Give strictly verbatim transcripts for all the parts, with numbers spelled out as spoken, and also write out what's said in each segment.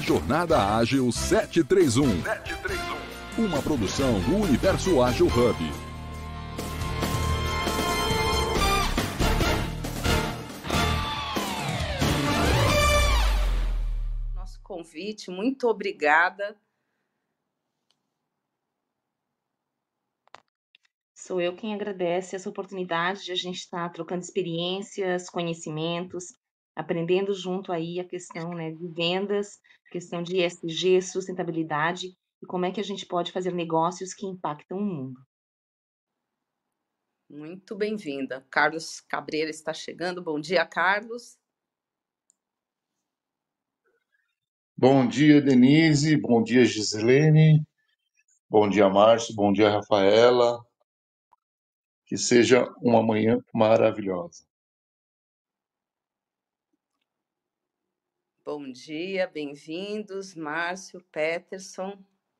Jornada Ágil sete três um. Uma produção do Universo Ágil Hub. Nosso convite, muito obrigada. Sou eu quem agradece essa oportunidade de a gente estar trocando experiências, conhecimentos, aprendendo junto aí a questão, né, de vendas, questão de E S G, sustentabilidade e como é que a gente pode fazer negócios que impactam o mundo. Muito bem-vinda. Carlos Cabreira está chegando. Bom dia, Carlos. Bom dia, Denise. Bom dia, Gislene. Bom dia, Márcio. Bom dia, Rafaela. Que seja uma manhã maravilhosa. Bom dia, bem-vindos, Márcio, Peterson.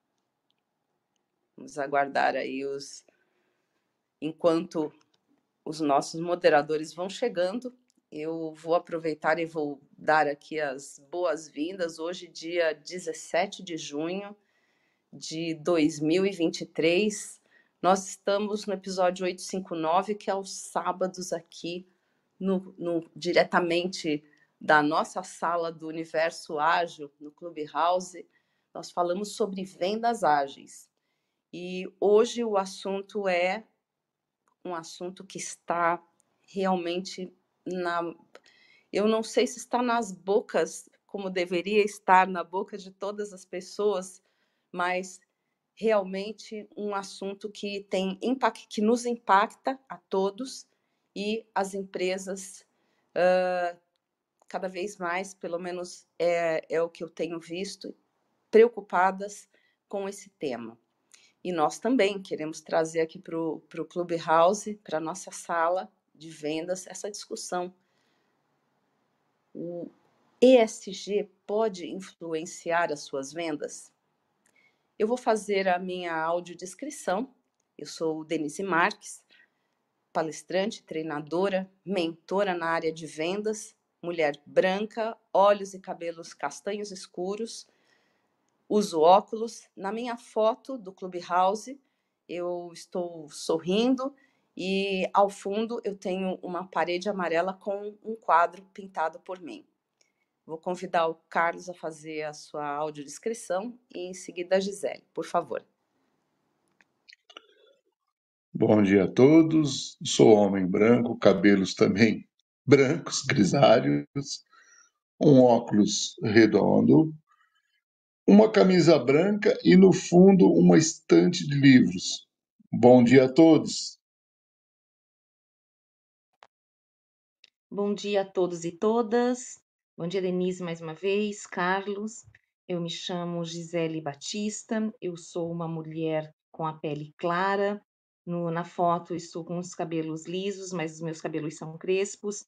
Vamos aguardar aí os... Enquanto os nossos moderadores vão chegando, eu vou aproveitar e vou dar aqui as boas-vindas. Hoje, dia dezessete de junho de dois mil e vinte e três, nós estamos no episódio oitocentos e cinquenta e nove, que é aos sábados aqui, no, no, diretamente da nossa sala do Universo Ágil, no Clubhouse. Nós falamos sobre vendas ágeis. E hoje o assunto é um assunto que está realmente na... Eu não sei se está nas bocas, como deveria estar na boca de todas as pessoas, mas realmente um assunto que tem impact, que nos impacta a todos e as empresas uh, cada vez mais, pelo menos é, é o que eu tenho visto, preocupadas com esse tema. E nós também queremos trazer aqui para o Clubhouse, para a nossa sala de vendas, essa discussão. O E S G pode influenciar as suas vendas? Eu vou fazer a minha audiodescrição. Eu sou Denise Marques, palestrante, treinadora, mentora na área de vendas, mulher branca, olhos e cabelos castanhos escuros, uso óculos. Na minha foto do Clubhouse, eu estou sorrindo e, ao fundo, eu tenho uma parede amarela com um quadro pintado por mim. Vou convidar o Carlos a fazer a sua audiodescrição e, em seguida, a Gisele, por favor. Bom dia a todos. Sou homem branco, cabelos também brancos, grisalhos, um óculos redondo, uma camisa branca e, no fundo, uma estante de livros. Bom dia a todos. Bom dia a todos e todas. Bom dia, Denise, mais uma vez. Carlos, eu me chamo Gisele Batista, eu sou uma mulher com a pele clara. No, na foto estou com os cabelos lisos, mas os meus cabelos são crespos.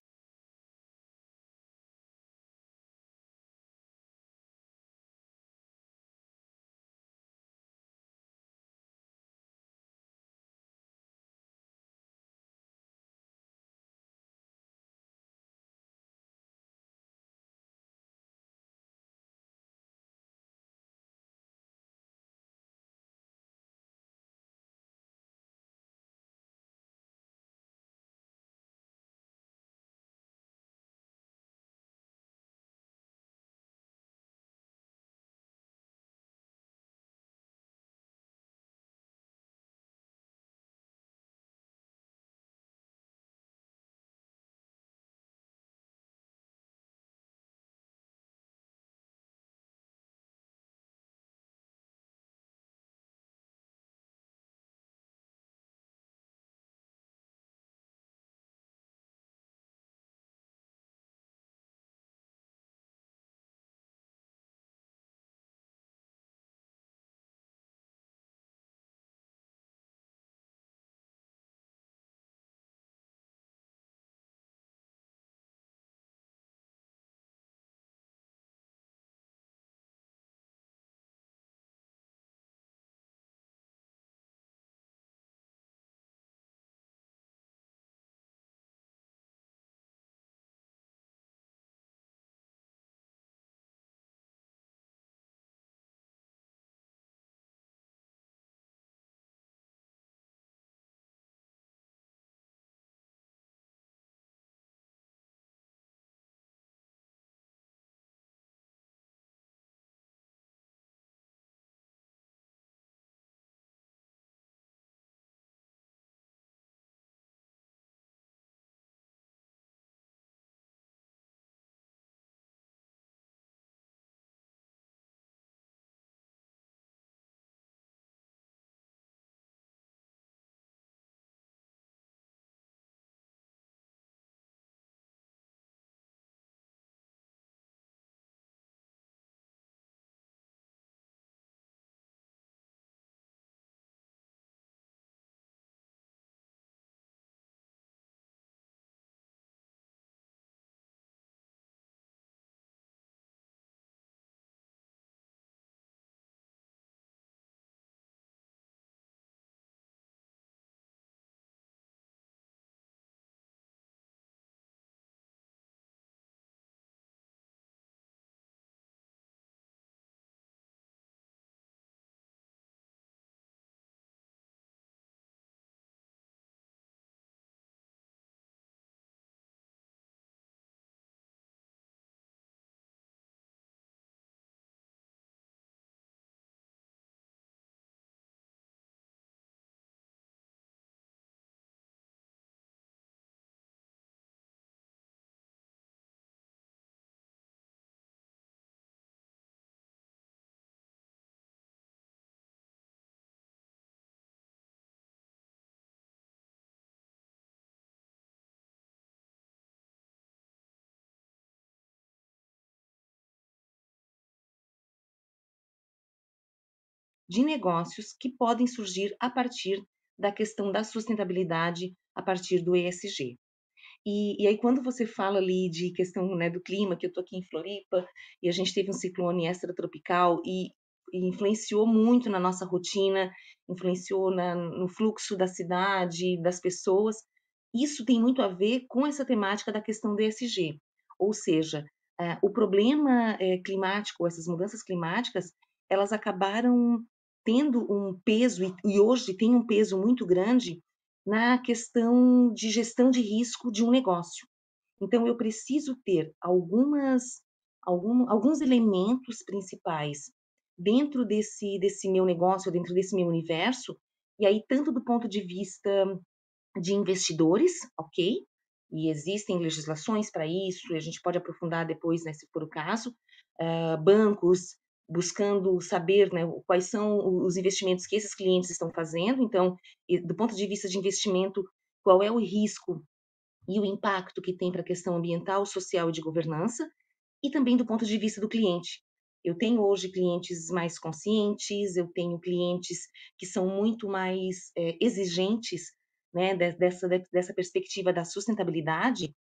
de negócios que podem surgir a partir da questão da sustentabilidade, a partir do E S G. E, e aí, quando você fala ali de questão, né, do clima, que eu estou aqui em Floripa, e a gente teve um ciclone extratropical e, e influenciou muito na nossa rotina, influenciou na, no fluxo da cidade, das pessoas, isso tem muito a ver com essa temática da questão do E S G. Ou seja, eh, o problema eh, climático, essas mudanças climáticas, elas acabaram tendo um peso, e, e hoje tem um peso muito grande na questão de gestão de risco de um negócio. Então, eu preciso ter algumas, algum, alguns elementos principais dentro desse, desse meu negócio, dentro desse meu universo, e aí, tanto do ponto de vista de investidores, ok? E existem legislações para isso, e a gente pode aprofundar depois, né, se for o caso, uh, bancos buscando saber, né, quais são os investimentos que esses clientes estão fazendo. Então, do ponto de vista de investimento, qual é o risco e o impacto que tem para a questão ambiental, social e de governança, e também do ponto de vista do cliente. Eu tenho hoje clientes mais conscientes, eu tenho clientes que são muito mais é, exigentes, né, dessa, dessa perspectiva da sustentabilidade,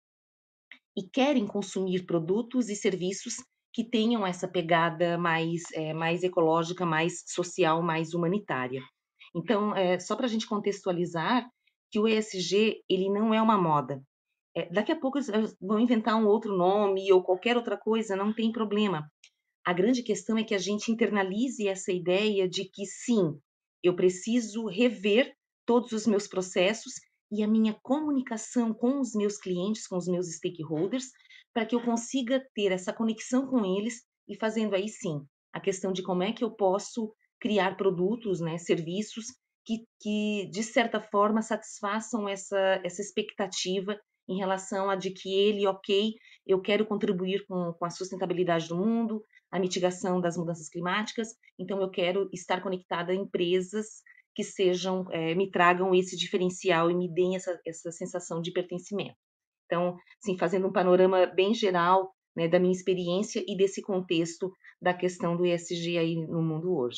e querem consumir produtos e serviços que tenham essa pegada mais, é, mais ecológica, mais social, mais humanitária. Então, é, só para a gente contextualizar, que o E S G ele não é uma moda. É, daqui a pouco eles vão inventar um outro nome ou qualquer outra coisa, não tem problema. A grande questão é que a gente internalize essa ideia de que, sim, eu preciso rever todos os meus processos e a minha comunicação com os meus clientes, com os meus stakeholders, para que eu consiga ter essa conexão com eles e fazendo aí, sim, a questão de como é que eu posso criar produtos, né, serviços que, que, de certa forma, satisfaçam essa, essa expectativa em relação a de que ele, ok, eu quero contribuir com, com a sustentabilidade do mundo, a mitigação das mudanças climáticas, então eu quero estar conectada a empresas que sejam, é, me tragam esse diferencial e me deem essa, essa sensação de pertencimento. Então, assim, fazendo um panorama bem geral, né, da minha experiência e desse contexto da questão do E S G aí no mundo hoje.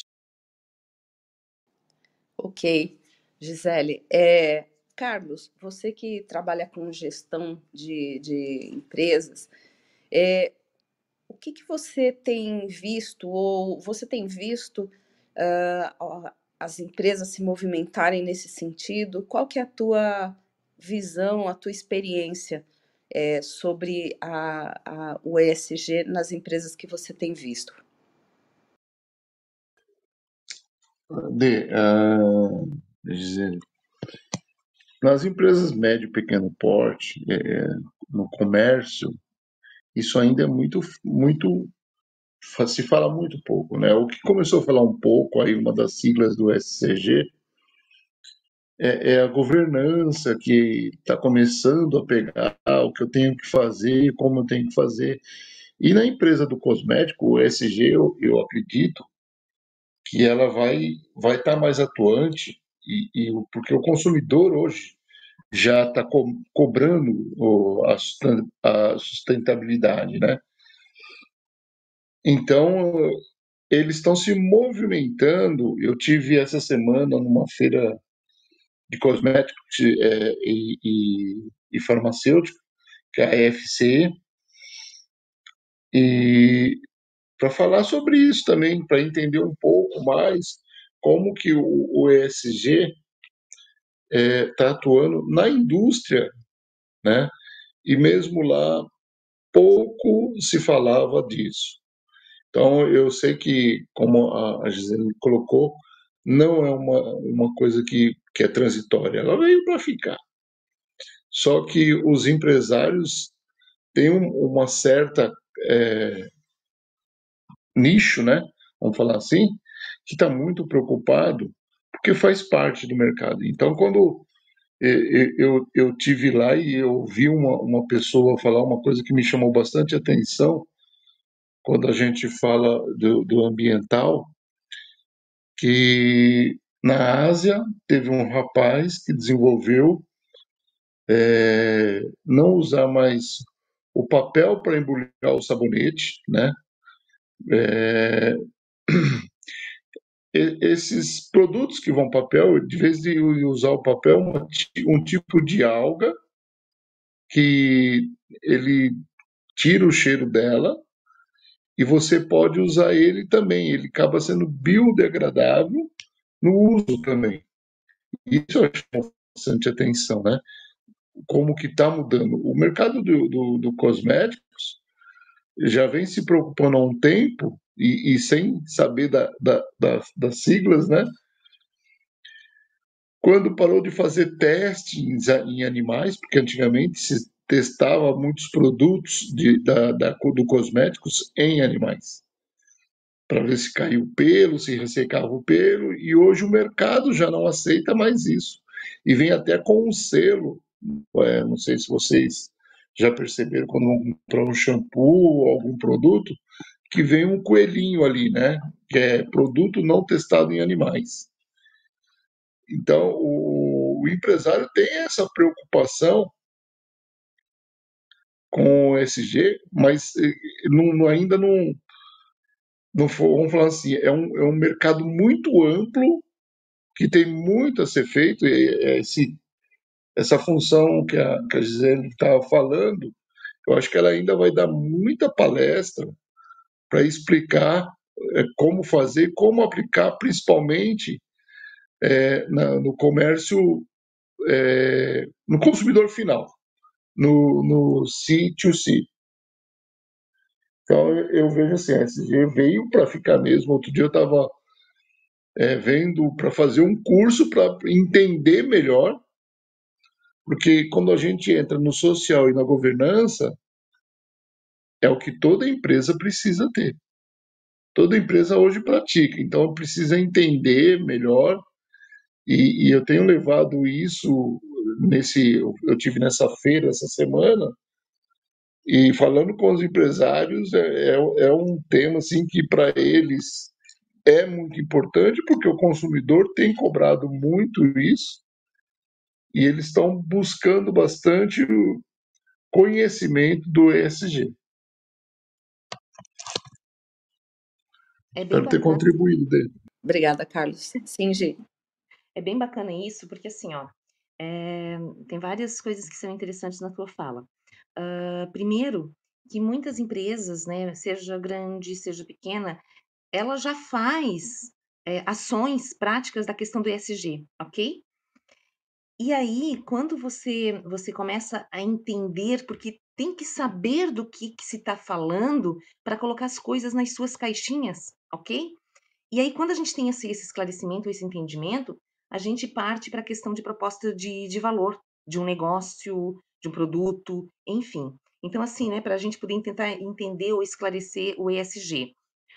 Ok, Gisele. É, Carlos, você que trabalha com gestão de, de empresas, é, o que, que você tem visto, ou você tem visto uh, as empresas se movimentarem nesse sentido? Qual que é a tua visão, a tua experiência é, sobre a, a, o E S G nas empresas que você tem visto? De, uh, Gisele, nas empresas médio e pequeno porte, é, no comércio, isso ainda é muito, muito, se fala muito pouco, né? O que começou a falar um pouco, aí uma das siglas do E S G, é, é a governança que está começando a pegar o que eu tenho que fazer, como eu tenho que fazer. E na empresa do cosmético, o E S G, eu, eu acredito que ela vai vai estar tá mais atuante, e, e, porque o consumidor hoje já está co cobrando o, a sustentabilidade, né? Então, eles estão se movimentando. Eu tive essa semana numa feira de cosméticos é, e, e, e farmacêutica, que é a E F C E, e para falar sobre isso também, para entender um pouco mais como que o, o E S G está é, atuando na indústria, né? E mesmo lá pouco se falava disso. Então eu sei que, como a Gisele colocou, não é uma, uma coisa que, que é transitória, ela veio para ficar. Só que os empresários têm um, uma certa é, nicho, né? Vamos falar assim, que está muito preocupado porque faz parte do mercado. Então, quando eu, eu, eu tive lá e eu vi uma, uma pessoa falar uma coisa que me chamou bastante atenção, quando a gente fala do, do ambiental, que na Ásia teve um rapaz que desenvolveu é, não usar mais o papel para embrulhar o sabonete, né? É, esses produtos que vão papel, de vez de usar o papel, uma, um tipo de alga que ele tira o cheiro dela e você pode usar ele também. Ele acaba sendo biodegradável no uso também. Isso eu acho bastante atenção, né? Como que está mudando. O mercado do, do, do cosméticos já vem se preocupando há um tempo e, e sem saber da, da, das, das siglas, né? Quando parou de fazer testes em animais, porque antigamente se testava muitos produtos de, da, da, do cosméticos em animais, para ver se caiu o pelo, se ressecava o pelo, e hoje o mercado já não aceita mais isso. E vem até com um selo, é, não sei se vocês já perceberam quando vão comprar um shampoo ou algum produto, que vem um coelhinho ali, né? Que é produto não testado em animais. Então, o, o empresário tem essa preocupação com o E S G, mas não, ainda não, não for, vamos falar assim, é um, é um mercado muito amplo, que tem muito a ser feito, e esse, essa função que a, que a Gisele estava falando, eu acho que ela ainda vai dar muita palestra para explicar é, como fazer, como aplicar, principalmente é, na, no comércio, é, no consumidor final, no, no C dois C. Então, eu vejo assim, a E S G veio para ficar mesmo. Outro dia eu estava é, vendo para fazer um curso para entender melhor, porque quando a gente entra no social e na governança, é o que toda empresa precisa ter. Toda empresa hoje pratica, então precisa entender melhor, e, e eu tenho levado isso nesse, eu tive nessa feira essa semana, e falando com os empresários, é, é, é um tema assim que para eles é muito importante, porque o consumidor tem cobrado muito isso, e eles estão buscando bastante o conhecimento do E S G. É bem Espero ter bacana. contribuído dele. Obrigada, Carlos. Sim, Gi. É bem bacana isso, porque assim, ó, é, tem várias coisas que são interessantes na tua fala. Uh, primeiro, que muitas empresas, né, seja grande, seja pequena, ela já faz é, ações práticas da questão do E S G, ok? E aí, quando você você começa a entender, porque tem que saber do que, que se está falando para colocar as coisas nas suas caixinhas, ok? E aí, quando a gente tem esse, esse esclarecimento, esse entendimento, a gente parte para a questão de proposta de, de valor, de um negócio, de um produto, enfim. Então, assim, né, para a gente poder tentar entender ou esclarecer o E S G.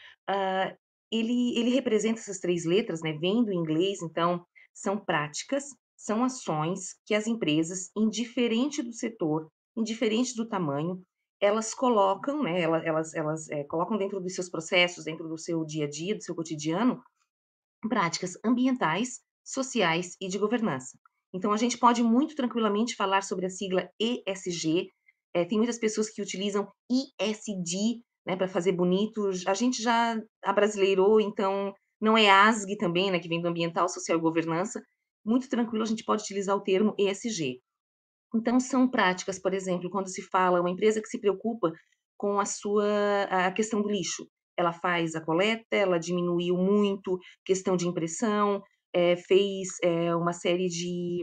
Uh, ele, ele representa essas três letras, né, vem do inglês, então, são práticas, são ações que as empresas, indiferente do setor, indiferente do tamanho, elas colocam, né, elas, elas, elas é, colocam dentro dos seus processos, dentro do seu dia a dia, do seu cotidiano, práticas ambientais, sociais e de governança. Então, a gente pode muito tranquilamente falar sobre a sigla E S G. É, tem muitas pessoas que utilizam E S D, né, para fazer bonito. A gente já abrasileirou, então não é A S G também, né, que vem do ambiental, social e governança. Muito tranquilo, a gente pode utilizar o termo E S G. Então, são práticas, por exemplo, quando se fala uma empresa que se preocupa com a sua a questão do lixo. Ela faz a coleta, ela diminuiu muito questão de impressão, é, fez é, uma série de,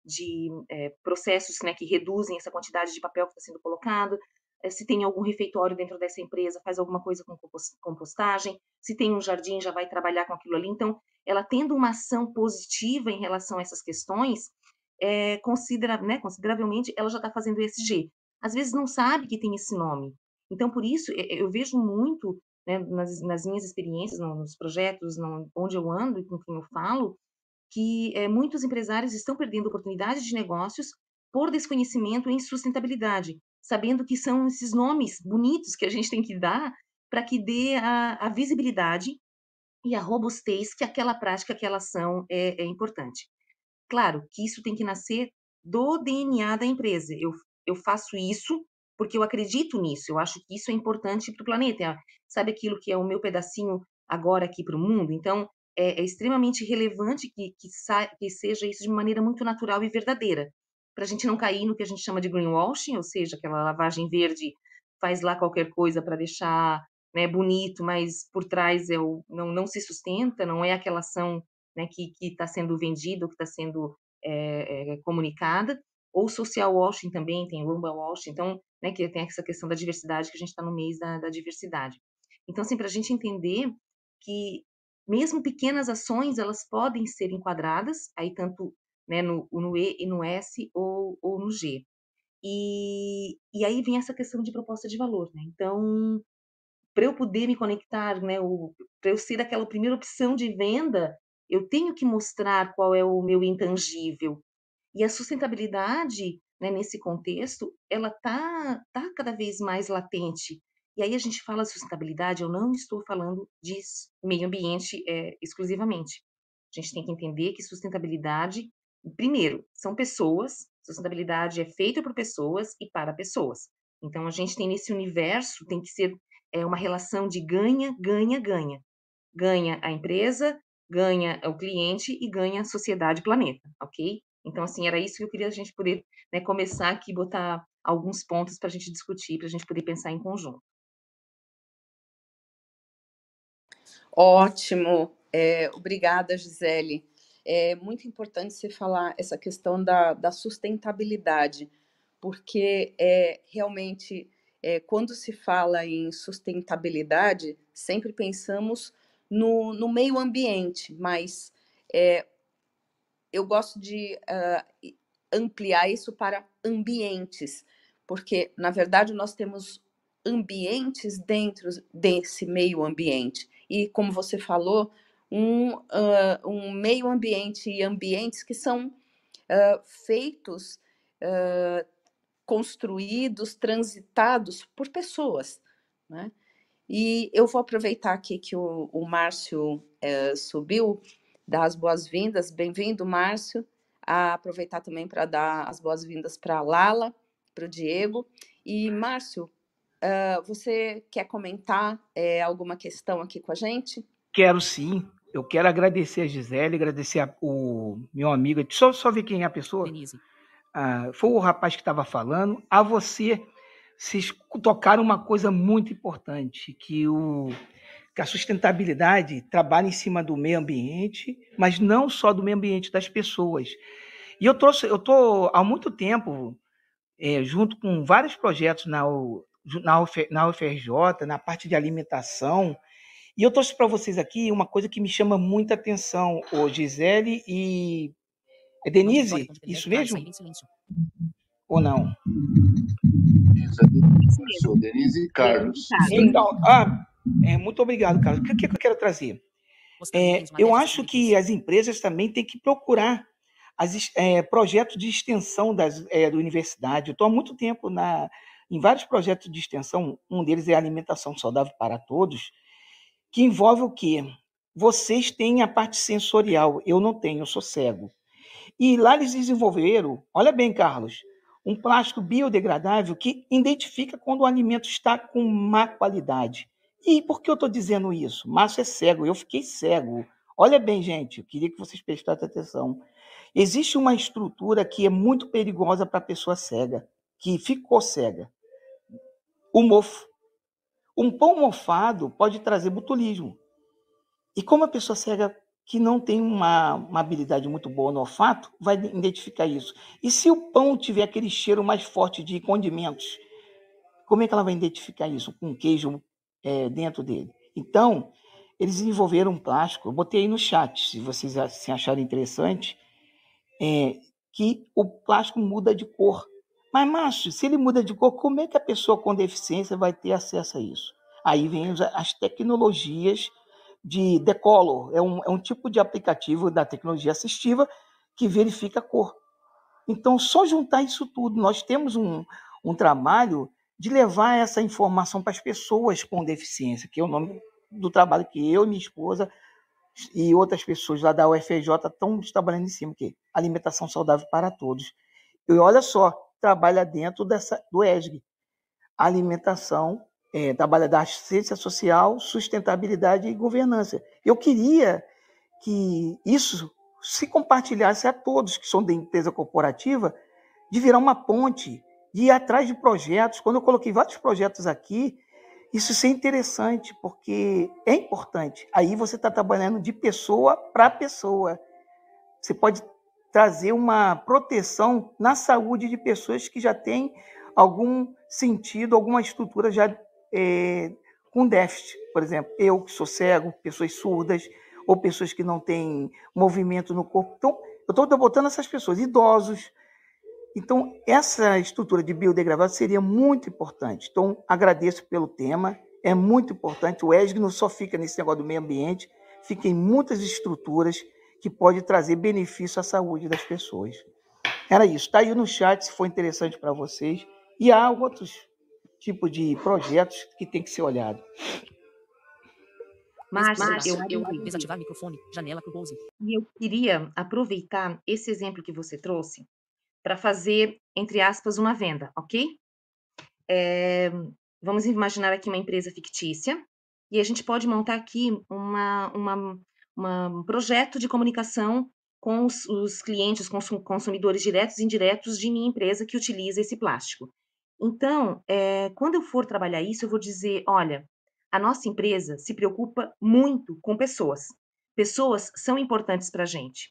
de é, processos, né, que reduzem essa quantidade de papel que está sendo colocado. É, se tem algum refeitório dentro dessa empresa, faz alguma coisa com compostagem. Se tem um jardim, já vai trabalhar com aquilo ali. Então, ela tendo uma ação positiva em relação a essas questões, é, considera, né, consideravelmente, ela já está fazendo E S G. Às vezes não sabe que tem esse nome. Então, por isso, eu vejo muito, né, nas, nas minhas experiências, nos projetos, no, onde eu ando e com quem eu falo, que é, muitos empresários estão perdendo oportunidades de negócios por desconhecimento em sustentabilidade, sabendo que são esses nomes bonitos que a gente tem que dar para que dê a, a visibilidade e a robustez que aquela prática, aquela ação é, é importante. Claro que isso tem que nascer do D N A da empresa. Eu, eu faço isso porque eu acredito nisso, eu acho que isso é importante para o planeta. É, sabe aquilo que é o meu pedacinho agora aqui para o mundo? Então, é, é extremamente relevante que, que, que seja isso de maneira muito natural e verdadeira, para a gente não cair no que a gente chama de greenwashing, ou seja, aquela lavagem verde, faz lá qualquer coisa para deixar, né, bonito, mas por trás é o, não, não se sustenta, não é aquela ação, né, que está sendo vendida, ou que está sendo é, é, comunicada, ou social washing também, tem urban washing, então, né, que tem essa questão da diversidade, que a gente está no mês da, da diversidade. Então, assim, para a gente entender que mesmo pequenas ações, elas podem ser enquadradas, aí tanto, né, no, no E e no S ou, ou no G. E, e aí vem essa questão de proposta de valor, né? Então, para eu poder me conectar, né, para eu ser aquela primeira opção de venda, eu tenho que mostrar qual é o meu intangível. E a sustentabilidade, né, nesse contexto, ela tá, tá cada vez mais latente. E aí a gente fala de sustentabilidade, eu não estou falando de meio ambiente é, exclusivamente. A gente tem que entender que sustentabilidade, primeiro, são pessoas, sustentabilidade é feita por pessoas e para pessoas. Então, a gente tem nesse universo, tem que ser é, uma relação de ganha, ganha, ganha. Ganha a empresa, ganha o cliente e ganha a sociedade e planeta, ok? Então, assim, era isso que eu queria a gente poder, né, começar aqui, botar alguns pontos para a gente discutir, para a gente poder pensar em conjunto. Ótimo, é, obrigada, Gisele. É muito importante você falar essa questão da, da sustentabilidade, porque é, realmente, é, quando se fala em sustentabilidade, sempre pensamos no, no meio ambiente, mas é, eu gosto de uh, ampliar isso para ambientes, porque, na verdade, nós temos ambientes dentro desse meio ambiente. E, como você falou, um, uh, um meio ambiente e ambientes que são uh, feitos, uh, construídos, transitados por pessoas, né? E eu vou aproveitar aqui que o, o Márcio uh, subiu, dar as boas-vindas. Bem-vindo, Márcio. A aproveitar também para dar as boas-vindas para a Lala, para o Diego. E, Márcio, uh, você quer comentar é, alguma questão aqui com a gente? Quero sim. Eu quero agradecer a Gisele, agradecer a, o meu amigo. Só, só ver quem é a pessoa. Denise. Ah, foi o rapaz que estava falando. A você, vocês tocaram uma coisa muito importante, que, o, que a sustentabilidade trabalha em cima do meio ambiente, mas não só do meio ambiente, das pessoas. E eu estou eu tô, há muito tempo, é, junto com vários projetos na, na, na U F R J, na parte de alimentação, e eu trouxe para vocês aqui uma coisa que me chama muita atenção, ô Gisele e... É Denise? Isso mesmo? Ou não? Isso, Denise e Carlos. Então, ah, é, muito obrigado, Carlos. O que, que eu quero trazer? É, eu acho que as empresas também têm que procurar as, é, projetos de extensão das, é, da universidade. Eu estou há muito tempo na, em vários projetos de extensão, um deles é a Alimentação Saudável para Todos, que envolve o quê? Vocês têm a parte sensorial, eu não tenho, eu sou cego. E lá eles desenvolveram, olha bem, Carlos, um plástico biodegradável que identifica quando o alimento está com má qualidade. E por que eu estou dizendo isso? Márcio é cego, eu fiquei cego. Olha bem, gente, eu queria que vocês prestassem atenção. Existe uma estrutura que é muito perigosa para a pessoa cega, que ficou cega. O mofo. Um pão mofado pode trazer botulismo. E como a pessoa cega que não tem uma, uma habilidade muito boa no olfato, vai identificar isso. E se o pão tiver aquele cheiro mais forte de condimentos, como é que ela vai identificar isso? Com queijo é, dentro dele. Então, eles desenvolveram um plástico, eu botei aí no chat, se vocês se acharem interessante, é, que o plástico muda de cor. Mas, Márcio, se ele muda de cor, como é que a pessoa com deficiência vai ter acesso a isso? Aí vem as tecnologias de Decolor, é um, é um tipo de aplicativo da tecnologia assistiva que verifica a cor. Então, só juntar isso tudo, nós temos um, um trabalho de levar essa informação para as pessoas com deficiência, que é o nome do trabalho que eu e minha esposa e outras pessoas lá da U F R J estão trabalhando em cima, que é alimentação saudável para todos. E olha só, trabalha dentro dessa, do E S G, alimentação, é, trabalha da assistência social, sustentabilidade e governança. Eu queria que isso, se compartilhasse a todos que são da empresa corporativa, de virar uma ponte, de ir atrás de projetos. Quando eu coloquei vários projetos aqui, isso é interessante, porque é importante. Aí você está trabalhando de pessoa para pessoa. Você pode trazer uma proteção na saúde de pessoas que já têm algum sentido, alguma estrutura já é, com déficit. Por exemplo, eu que sou cego, pessoas surdas, ou pessoas que não têm movimento no corpo. Então, eu estou botando essas pessoas, idosos. Então, essa estrutura de biodegradável seria muito importante. Então, agradeço pelo tema, é muito importante. O E S G não só fica nesse negócio do meio ambiente, fica em muitas estruturas que pode trazer benefício à saúde das pessoas. Era isso. Está aí no chat, se for interessante para vocês. E há outros tipos de projetos que tem que ser olhado. Márcio, Márcio, eu, eu desativar microfone, janela com pause. E eu queria aproveitar esse exemplo que você trouxe para fazer, entre aspas, uma venda, ok? É, vamos imaginar aqui uma empresa fictícia e a gente pode montar aqui uma, uma, uma, um projeto de comunicação com os, os clientes, os consumidores diretos e indiretos de minha empresa que utiliza esse plástico. Então, é, quando eu for trabalhar isso, eu vou dizer, olha, a nossa empresa se preocupa muito com pessoas. Pessoas são importantes para a gente.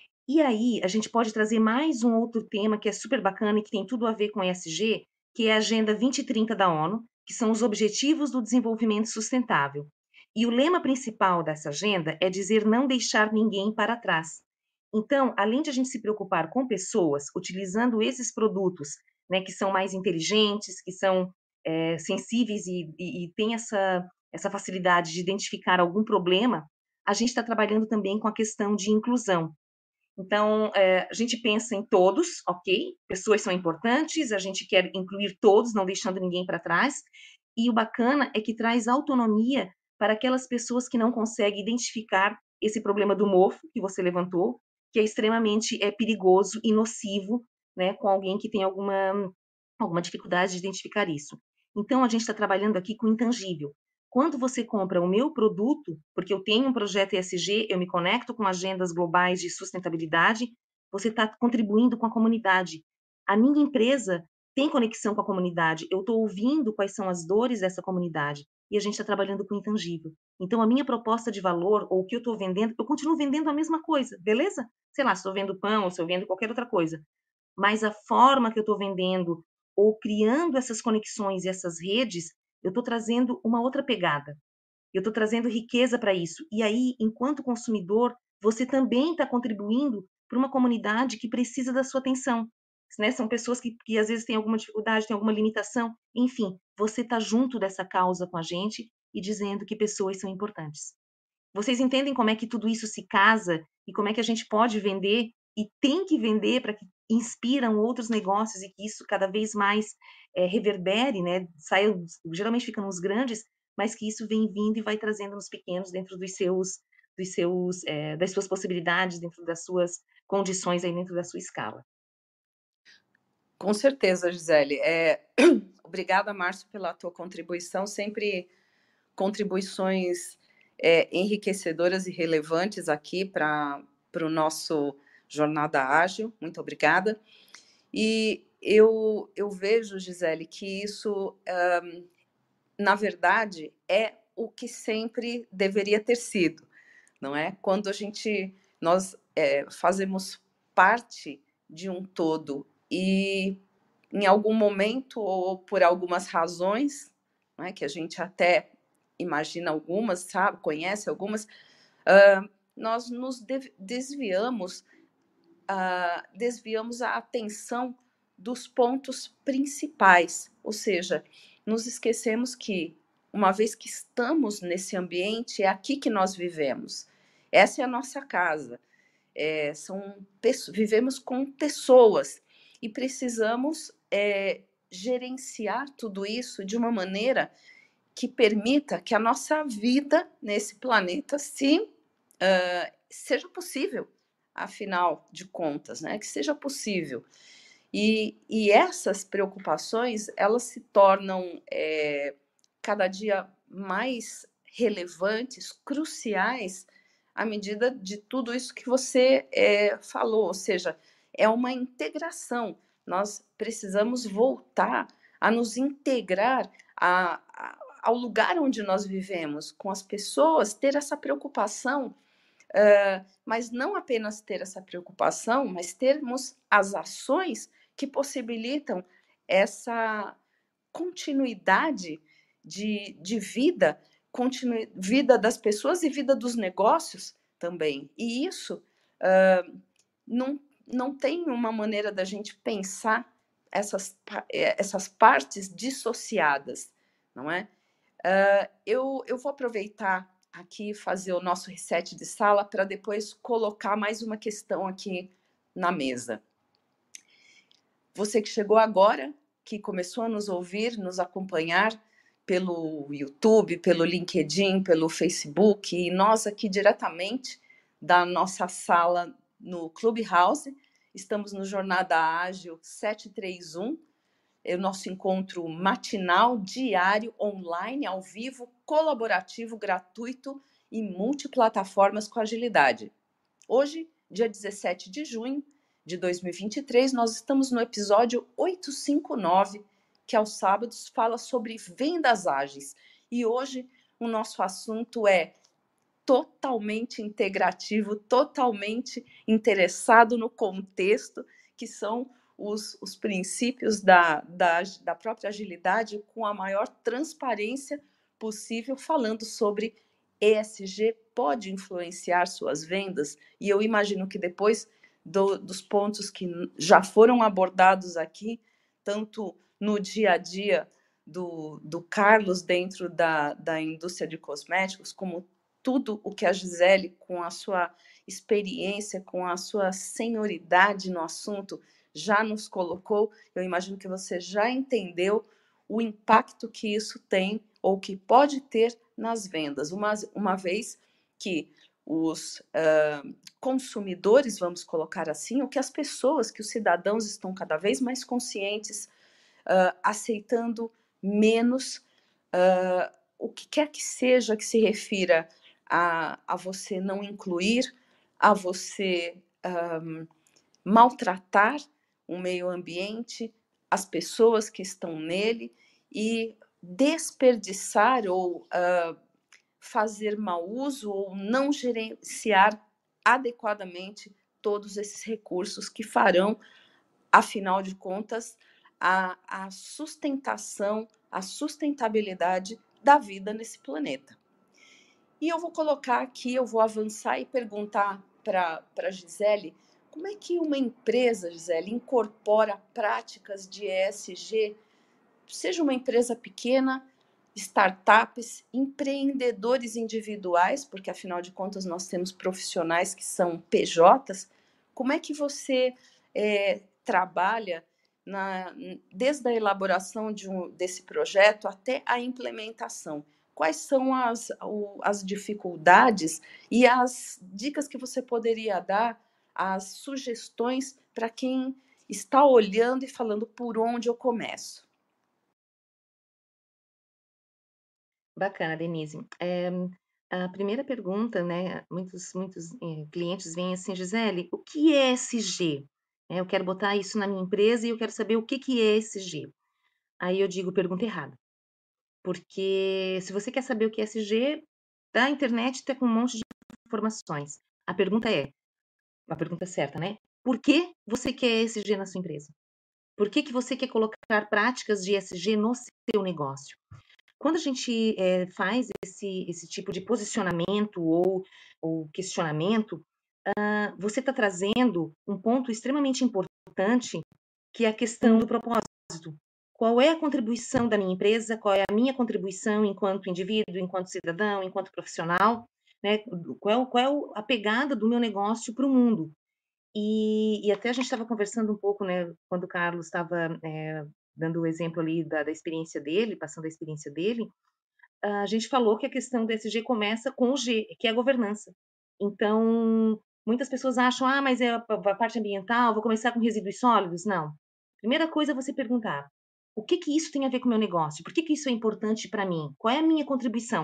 E aí, a gente pode trazer mais um outro tema que é super bacana e que tem tudo a ver com E S G, que é a Agenda vinte trinta da ONU, que são os Objetivos do Desenvolvimento Sustentável. E o lema principal dessa agenda é dizer não deixar ninguém para trás. Então, além de a gente se preocupar com pessoas, utilizando esses produtos, né, que são mais inteligentes, que são é, sensíveis e, e, e têm essa, essa facilidade de identificar algum problema, a gente está trabalhando também com a questão de inclusão. Então, é, a gente pensa em todos, ok? Pessoas são importantes, a gente quer incluir todos, não deixando ninguém para trás. E o bacana é que traz autonomia para aquelas pessoas que não conseguem identificar esse problema do mofo que você levantou, que é extremamente é, perigoso e nocivo, né, com alguém que tem alguma, alguma dificuldade de identificar isso. Então, a gente está trabalhando aqui com o intangível. Quando você compra o meu produto, porque eu tenho um projeto E S G, eu me conecto com agendas globais de sustentabilidade, você está contribuindo com a comunidade. A minha empresa tem conexão com a comunidade, eu estou ouvindo quais são as dores dessa comunidade e a gente está trabalhando com o intangível. Então, a minha proposta de valor, ou o que eu estou vendendo, eu continuo vendendo a mesma coisa, beleza? Sei lá, se estou vendo pão ou se eu vendo qualquer outra coisa. Mas a forma que eu estou vendendo ou criando essas conexões e essas redes, eu estou trazendo uma outra pegada. Eu estou trazendo riqueza para isso. E aí, enquanto consumidor, você também está contribuindo para uma comunidade que precisa da sua atenção. Né? São pessoas que, que às vezes têm alguma dificuldade, têm alguma limitação. Enfim, você está junto dessa causa com a gente e dizendo que pessoas são importantes. Vocês entendem como é que tudo isso se casa e como é que a gente pode vender e tem que vender para que inspiram outros negócios e que isso cada vez mais é, reverbere, né? Saia, geralmente fica nos grandes, mas que isso vem vindo e vai trazendo nos pequenos dentro dos seus, dos seus, é, das suas possibilidades, dentro das suas condições, aí dentro da sua escala. Com certeza, Gisele. É... Obrigada, Márcio, pela tua contribuição. Sempre contribuições é, enriquecedoras e relevantes aqui para o nosso Jornada Ágil. Muito obrigada. E eu, eu vejo, Gisele, que isso, um, na verdade, é o que sempre deveria ter sido, não é? Quando a gente, nós é, fazemos parte de um todo e em algum momento ou por algumas razões, não é, que a gente até imagina algumas, sabe, conhece algumas, uh, nós nos desviamos, uh, desviamos a atenção dos pontos principais, ou seja, nos esquecemos que, uma vez que estamos nesse ambiente, é aqui que nós vivemos. Essa é a nossa casa. É, são, vivemos com pessoas e precisamos é, gerenciar tudo isso de uma maneira que permita que a nossa vida nesse planeta se, uh, seja possível, afinal de contas, né? Que seja possível. E, e essas preocupações, elas se tornam é, cada dia mais relevantes, cruciais, à medida de tudo isso que você é, falou, ou seja, é uma integração. Nós precisamos voltar a nos integrar a, a, ao lugar onde nós vivemos, com as pessoas, ter essa preocupação, uh, mas não apenas ter essa preocupação, mas termos as ações que possibilitam essa continuidade de, de vida, continu, vida das pessoas e vida dos negócios também. E isso uh, não, não tem uma maneira da gente pensar essas, essas partes dissociadas, não é? Uh, eu, eu vou aproveitar aqui fazer o nosso reset de sala para depois colocar mais uma questão aqui na mesa. Você que chegou agora, que começou a nos ouvir, nos acompanhar pelo YouTube, pelo LinkedIn, pelo Facebook, e nós aqui diretamente da nossa sala no Clubhouse, estamos no Jornada Ágil sete três um, é o nosso encontro matinal, diário, online, ao vivo, colaborativo, gratuito e multiplataformas com agilidade. Hoje, dia dezessete de junho de dois mil e vinte e três, nós estamos no episódio oitocentos e cinquenta e nove, que aos sábados fala sobre vendas ágeis. E hoje o nosso assunto é totalmente integrativo, totalmente interessado no contexto, que são os, os princípios da, da, da própria agilidade com a maior transparência possível, falando sobre E S G pode influenciar suas vendas. E eu imagino que depois do, dos pontos que já foram abordados aqui, tanto no dia a dia do, do Carlos dentro da, da indústria de cosméticos, como tudo o que a Gisele, com a sua experiência, com a sua senioridade no assunto, já nos colocou, eu imagino que você já entendeu o impacto que isso tem ou que pode ter nas vendas, uma, uma vez que os uh, consumidores, vamos colocar assim, ou que as pessoas, que os cidadãos estão cada vez mais conscientes, uh, aceitando menos uh, o que quer que seja que se refira a, a você não incluir, a você um, maltratar o meio ambiente, as pessoas que estão nele e desperdiçar ou uh, fazer mau uso ou não gerenciar adequadamente todos esses recursos que farão, afinal de contas, a, a sustentação, a sustentabilidade da vida nesse planeta. E eu vou colocar aqui, eu vou avançar e perguntar para a Gisele, como é que uma empresa, Gisele, incorpora práticas de E S G, seja uma empresa pequena, startups, empreendedores individuais, porque afinal de contas nós temos profissionais que são P Js, como é que você é, trabalha na, desde a elaboração de um, desse projeto até a implementação? Quais são as, as dificuldades e as dicas que você poderia dar, as sugestões para quem está olhando e falando por onde eu começo? Bacana, Denise. É, a primeira pergunta, né? Muitos, muitos é, clientes vêm assim, Gisele, o que é E S G? É, eu quero botar isso na minha empresa e eu quero saber o que, que é E S G. Aí eu digo pergunta errada. Porque se você quer saber o que é E S G, da internet está com um monte de informações. A pergunta é, a pergunta certa, né? Por que você quer E S G na sua empresa? Por que, que você quer colocar práticas de E S G no seu negócio? Quando a gente é, faz esse, esse tipo de posicionamento ou, ou questionamento, uh, você está trazendo um ponto extremamente importante, que é a questão do propósito. Qual é a contribuição da minha empresa? Qual é a minha contribuição enquanto indivíduo, enquanto cidadão, enquanto profissional? Né? Qual, qual é a pegada do meu negócio para o mundo? E, e até a gente estava conversando um pouco, né, quando o Carlos estava é, dando o exemplo ali da, da experiência dele, passando a experiência dele, a gente falou que a questão do E S G começa com o G, que é a governança. Então, muitas pessoas acham, ah, mas é a, a parte ambiental, vou começar com resíduos sólidos. Não. Primeira coisa é você perguntar, o que que isso tem a ver com o meu negócio? Por que que isso é importante para mim? Qual é a minha contribuição?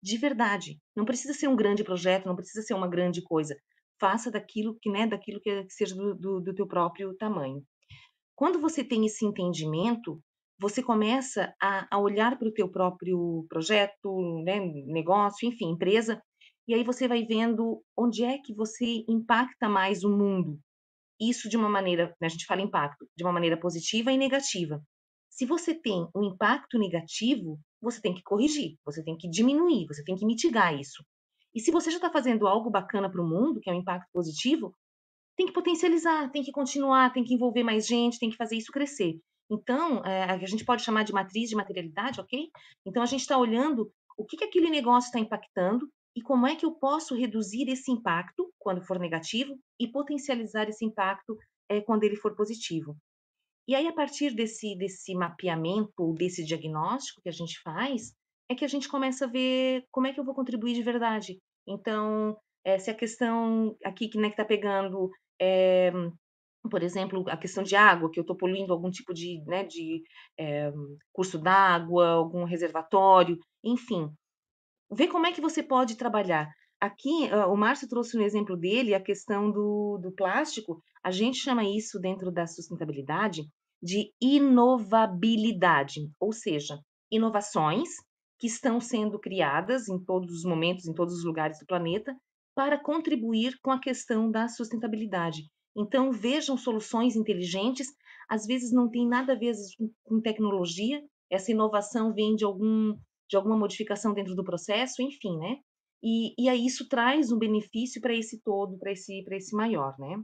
de verdade. Não precisa ser um grande projeto, não precisa ser uma grande coisa. Faça daquilo que, né, daquilo que seja do, do, do teu próprio tamanho. Quando você tem esse entendimento, você começa a, a olhar para o teu próprio projeto, né, negócio, enfim, empresa, e aí você vai vendo onde é que você impacta mais o mundo. Isso de uma maneira, né, a gente fala impacto, de uma maneira positiva e negativa. Se você tem um impacto negativo, você tem que corrigir, você tem que diminuir, você tem que mitigar isso. E se você já está fazendo algo bacana para o mundo, que é um impacto positivo, tem que potencializar, tem que continuar, tem que envolver mais gente, tem que fazer isso crescer. Então, é, a gente pode chamar de matriz de materialidade, ok? Então, a gente está olhando o que, que aquele negócio está impactando e como é que eu posso reduzir esse impacto quando for negativo e potencializar esse impacto é, quando ele for positivo. E aí, a partir desse, desse mapeamento ou desse diagnóstico que a gente faz, é que a gente começa a ver como é que eu vou contribuir de verdade. Então, é, se a questão aqui que né, está pegando, é, por exemplo, a questão de água, que eu estou poluindo algum tipo de, né, de é, curso d'água, algum reservatório, enfim, ver como é que você pode trabalhar. Aqui, uh, o Márcio trouxe um exemplo dele, a questão do, do plástico. A gente chama isso, dentro da sustentabilidade, de inovabilidade, ou seja, inovações que estão sendo criadas em todos os momentos, em todos os lugares do planeta, para contribuir com a questão da sustentabilidade. Então, vejam soluções inteligentes, às vezes não tem nada a ver com, com tecnologia, essa inovação vem de algum de alguma modificação dentro do processo, enfim, né? E, e aí isso traz um benefício para esse todo, para esse, para esse maior, né?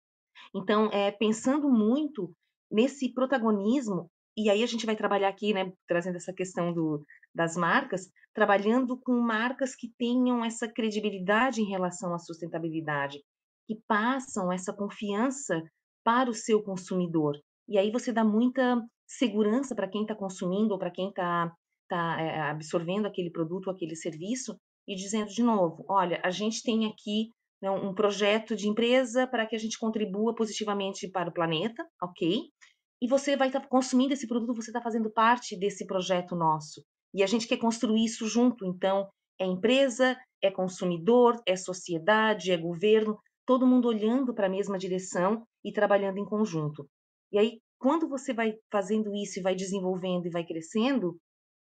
Então, é, pensando muito nesse protagonismo, e aí a gente vai trabalhar aqui, né, trazendo essa questão do, das marcas, trabalhando com marcas que tenham essa credibilidade em relação à sustentabilidade, que passam essa confiança para o seu consumidor. E aí você dá muita segurança para quem está consumindo ou para quem está tá, é, absorvendo aquele produto, aquele serviço, e dizendo de novo, olha, a gente tem aqui né, um projeto de empresa para que a gente contribua positivamente para o planeta, ok? E você vai estar tá consumindo esse produto, você está fazendo parte desse projeto nosso. E a gente quer construir isso junto, então é empresa, é consumidor, é sociedade, é governo, todo mundo olhando para a mesma direção e trabalhando em conjunto. E aí, quando você vai fazendo isso e vai desenvolvendo e vai crescendo,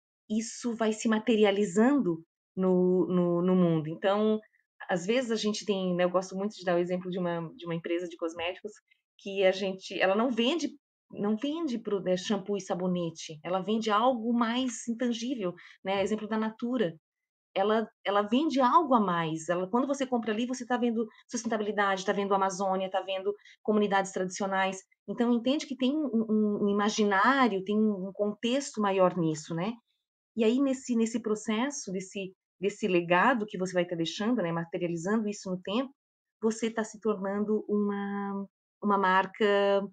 isso vai se materializando no, no, no mundo. Então, às vezes a gente tem, né, eu gosto muito de dar o exemplo de uma, de uma empresa de cosméticos que a gente, ela não vende, não vende pro, né, shampoo e sabonete, ela vende algo mais intangível, né? Exemplo da Natura. Ela, ela vende algo a mais. Ela, quando você compra ali, você está vendo sustentabilidade, está vendo Amazônia, está vendo comunidades tradicionais. Então, entende que tem um, um, um imaginário, tem um contexto maior nisso, né? E aí, nesse, nesse processo, desse, desse legado que você vai estar deixando, né, materializando isso no tempo, você está se tornando uma, uma marca,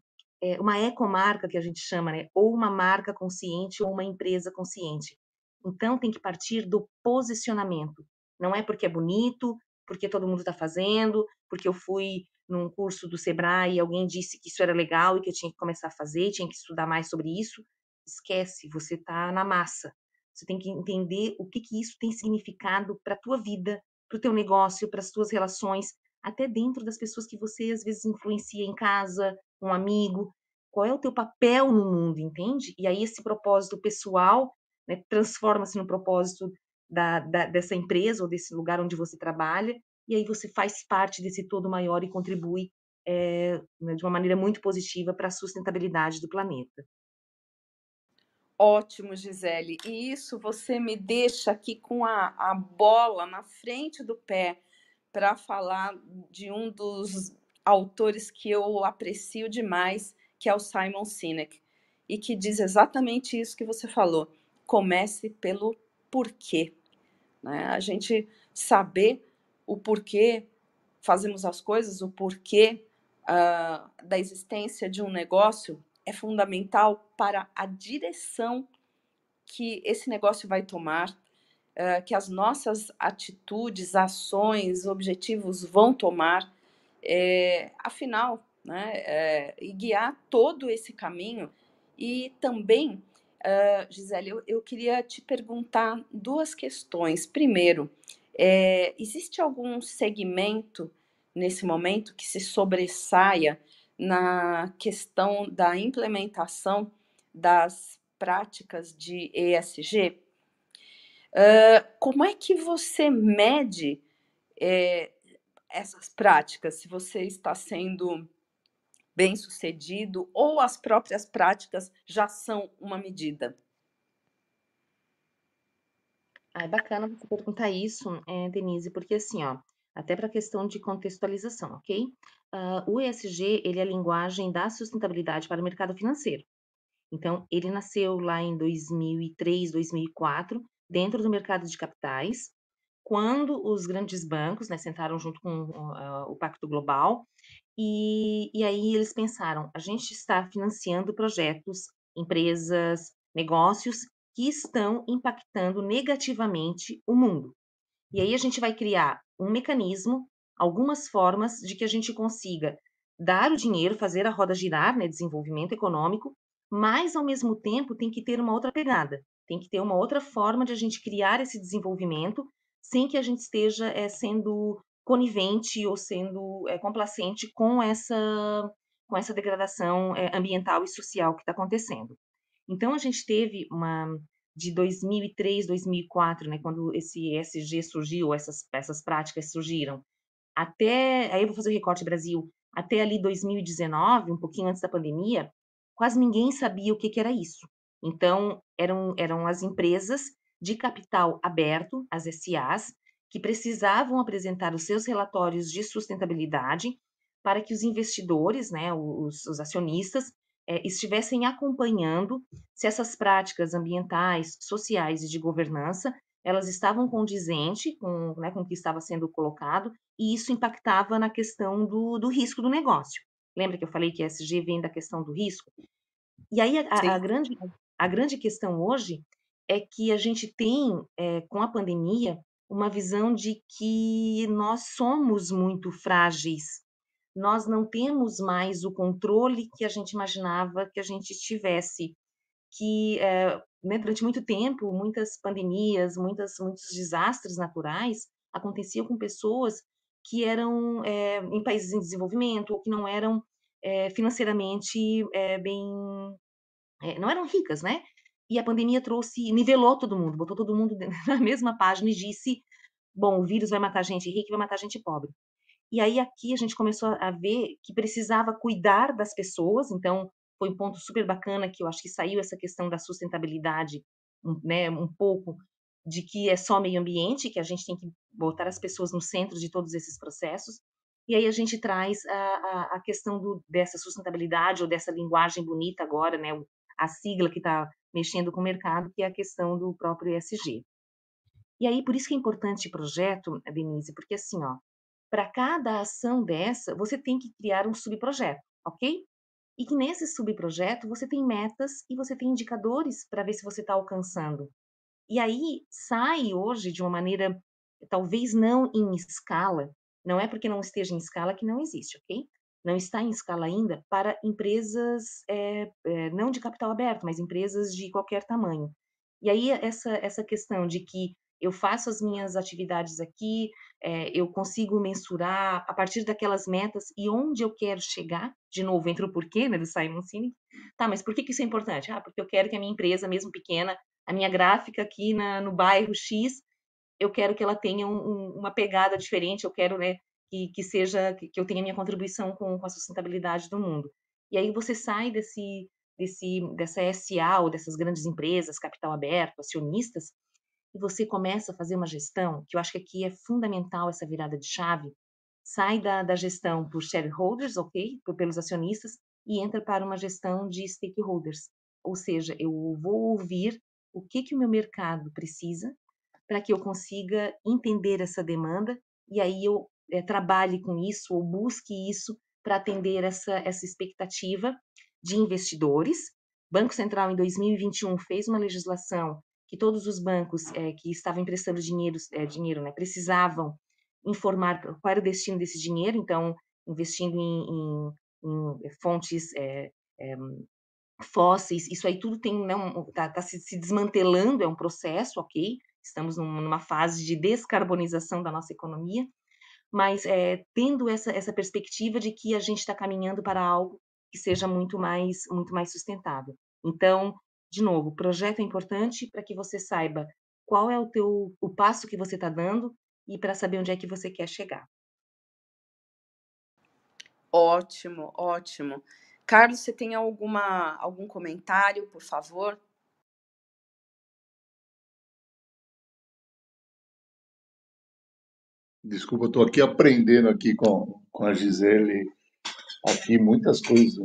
é, uma ecomarca, que a gente chama, né, ou uma marca consciente ou uma empresa consciente. Então, tem que partir do posicionamento. Não é porque é bonito, porque todo mundo está fazendo, porque eu fui num curso do Sebrae e alguém disse que isso era legal e que eu tinha que começar a fazer, tinha que estudar mais sobre isso. Esquece, você está na massa. Você tem que entender o que, que isso tem significado para a tua vida, para o teu negócio, para as tuas relações, até dentro das pessoas que você às vezes influencia em casa, um amigo. Qual é o teu papel no mundo, entende? E aí esse propósito pessoal, né, transforma-se no propósito da, da, dessa empresa ou desse lugar onde você trabalha, e aí você faz parte desse todo maior e contribui é, né, de uma maneira muito positiva para a sustentabilidade do planeta. Ótimo, Gisele. E isso você me deixa aqui com a, a bola na frente do pé para falar de um dos autores que eu aprecio demais, que é o Simon Sinek, e que diz exatamente isso que você falou. Comece pelo porquê. Né? A gente saber o porquê fazemos as coisas, o porquê uh, da existência de um negócio é fundamental para a direção que esse negócio vai tomar, uh, que as nossas atitudes, ações, objetivos vão tomar, é, afinal, né, é, e guiar todo esse caminho e também Uh, Gisele, eu, eu queria te perguntar duas questões. Primeiro, é, existe algum segmento nesse momento que se sobressaia na questão da implementação das práticas de E S G? Uh, como é que você mede é, essas práticas? Se você está sendo bem sucedido ou as próprias práticas já são uma medida? Ah, é bacana você perguntar isso, é, Denise, porque assim, ó, até para a questão de contextualização, ok? Uh, o E S G, ele é a linguagem da sustentabilidade para o mercado financeiro. Então, ele nasceu lá em dois mil e três, dois mil e quatro, dentro do mercado de capitais, quando os grandes bancos, né, sentaram junto com uh, o Pacto Global, e, e aí eles pensaram, a gente está financiando projetos, empresas, negócios que estão impactando negativamente o mundo. E aí a gente vai criar um mecanismo, algumas formas de que a gente consiga dar o dinheiro, fazer a roda girar, né, desenvolvimento econômico, mas ao mesmo tempo tem que ter uma outra pegada, tem que ter uma outra forma de a gente criar esse desenvolvimento sem que a gente esteja é, sendo conivente ou sendo é, complacente com essa, com essa degradação é, ambiental e social que está acontecendo. Então a gente teve uma de dois mil e três, dois mil e quatro, né, quando esse E S G surgiu, essas, essas práticas surgiram, até, aí eu vou fazer o recorte Brasil, até ali dois mil e dezenove, um pouquinho antes da pandemia, quase ninguém sabia o que, que era isso. Então, eram, eram as empresas de capital aberto, as S As, que precisavam apresentar os seus relatórios de sustentabilidade para que os investidores, né, os, os acionistas, é, estivessem acompanhando se essas práticas ambientais, sociais e de governança, elas estavam condizentes com, né, com o que estava sendo colocado, e isso impactava na questão do, do risco do negócio. Lembra que eu falei que E S G vem da questão do risco? E aí a, a, grande, a grande questão hoje é que a gente tem, é, com a pandemia, uma visão de que nós somos muito frágeis. Nós não temos mais o controle que a gente imaginava que a gente tivesse. Que, é, né, durante muito tempo, muitas pandemias, muitas, muitos desastres naturais aconteciam com pessoas que eram é, em países em desenvolvimento ou que não eram é, financeiramente é, bem é, não eram ricas, né? E a pandemia trouxe, nivelou todo mundo, botou todo mundo na mesma página e disse: bom, o vírus vai matar gente rica e vai matar gente pobre. E aí aqui a gente começou a ver que precisava cuidar das pessoas, então foi um ponto super bacana que eu acho que saiu essa questão da sustentabilidade, né, um pouco de que é só meio ambiente, que a gente tem que botar as pessoas no centro de todos esses processos. E aí a gente traz a, a, a questão do, dessa sustentabilidade ou dessa linguagem bonita agora, né, a sigla que está mexendo com o mercado, que é a questão do próprio E S G. E aí, por isso que é importante o projeto, Denise, porque assim, ó, para cada ação dessa, você tem que criar um subprojeto, ok? E que nesse subprojeto você tem metas e você tem indicadores para ver se você está alcançando. E aí sai hoje de uma maneira, talvez não em escala, não é porque não esteja em escala que não existe, ok? Não está em escala ainda para empresas é, é, não de capital aberto, mas empresas de qualquer tamanho. E aí essa, essa questão de que eu faço as minhas atividades aqui, é, eu consigo mensurar a partir daquelas metas e onde eu quero chegar, de novo entra o porquê, né, do Simon Sinek. Tá, mas por que, que isso é importante? Ah, porque eu quero que a minha empresa, mesmo pequena, a minha gráfica aqui na, no bairro X, eu quero que ela tenha um, um, uma pegada diferente, eu quero, né, que, que seja, que, que eu tenha minha contribuição com, com a sustentabilidade do mundo. E aí você sai desse, desse, dessa S A ou dessas grandes empresas, capital aberto, acionistas, e você começa a fazer uma gestão, que eu acho que aqui é fundamental essa virada de chave, sai da, da gestão por shareholders, ok, por, pelos acionistas, e entra para uma gestão de stakeholders, ou seja, eu vou ouvir o que, que o meu mercado precisa para que eu consiga entender essa demanda e aí eu é, trabalhe com isso ou busque isso para atender essa, essa expectativa de investidores. O Banco Central, em dois mil e vinte e um, fez uma legislação que todos os bancos é, que estavam emprestando dinheiro, é, dinheiro né, precisavam informar qual era o destino desse dinheiro, então, investindo em, em, em fontes é, é, fósseis, isso aí tudo tem, né, um, tá, tá se, se desmantelando, é um processo, ok? Estamos num, numa fase de descarbonização da nossa economia, mas é, tendo essa, essa perspectiva de que a gente está caminhando para algo que seja muito mais, muito mais sustentável. Então, de novo, o projeto é importante para que você saiba qual é o teu, o passo que você está dando e para saber onde é que você quer chegar. Ótimo, ótimo. Carlos, você tem alguma, algum comentário, por favor? Desculpa, eu estou aqui aprendendo aqui com, com a Gisele, aqui muitas coisas.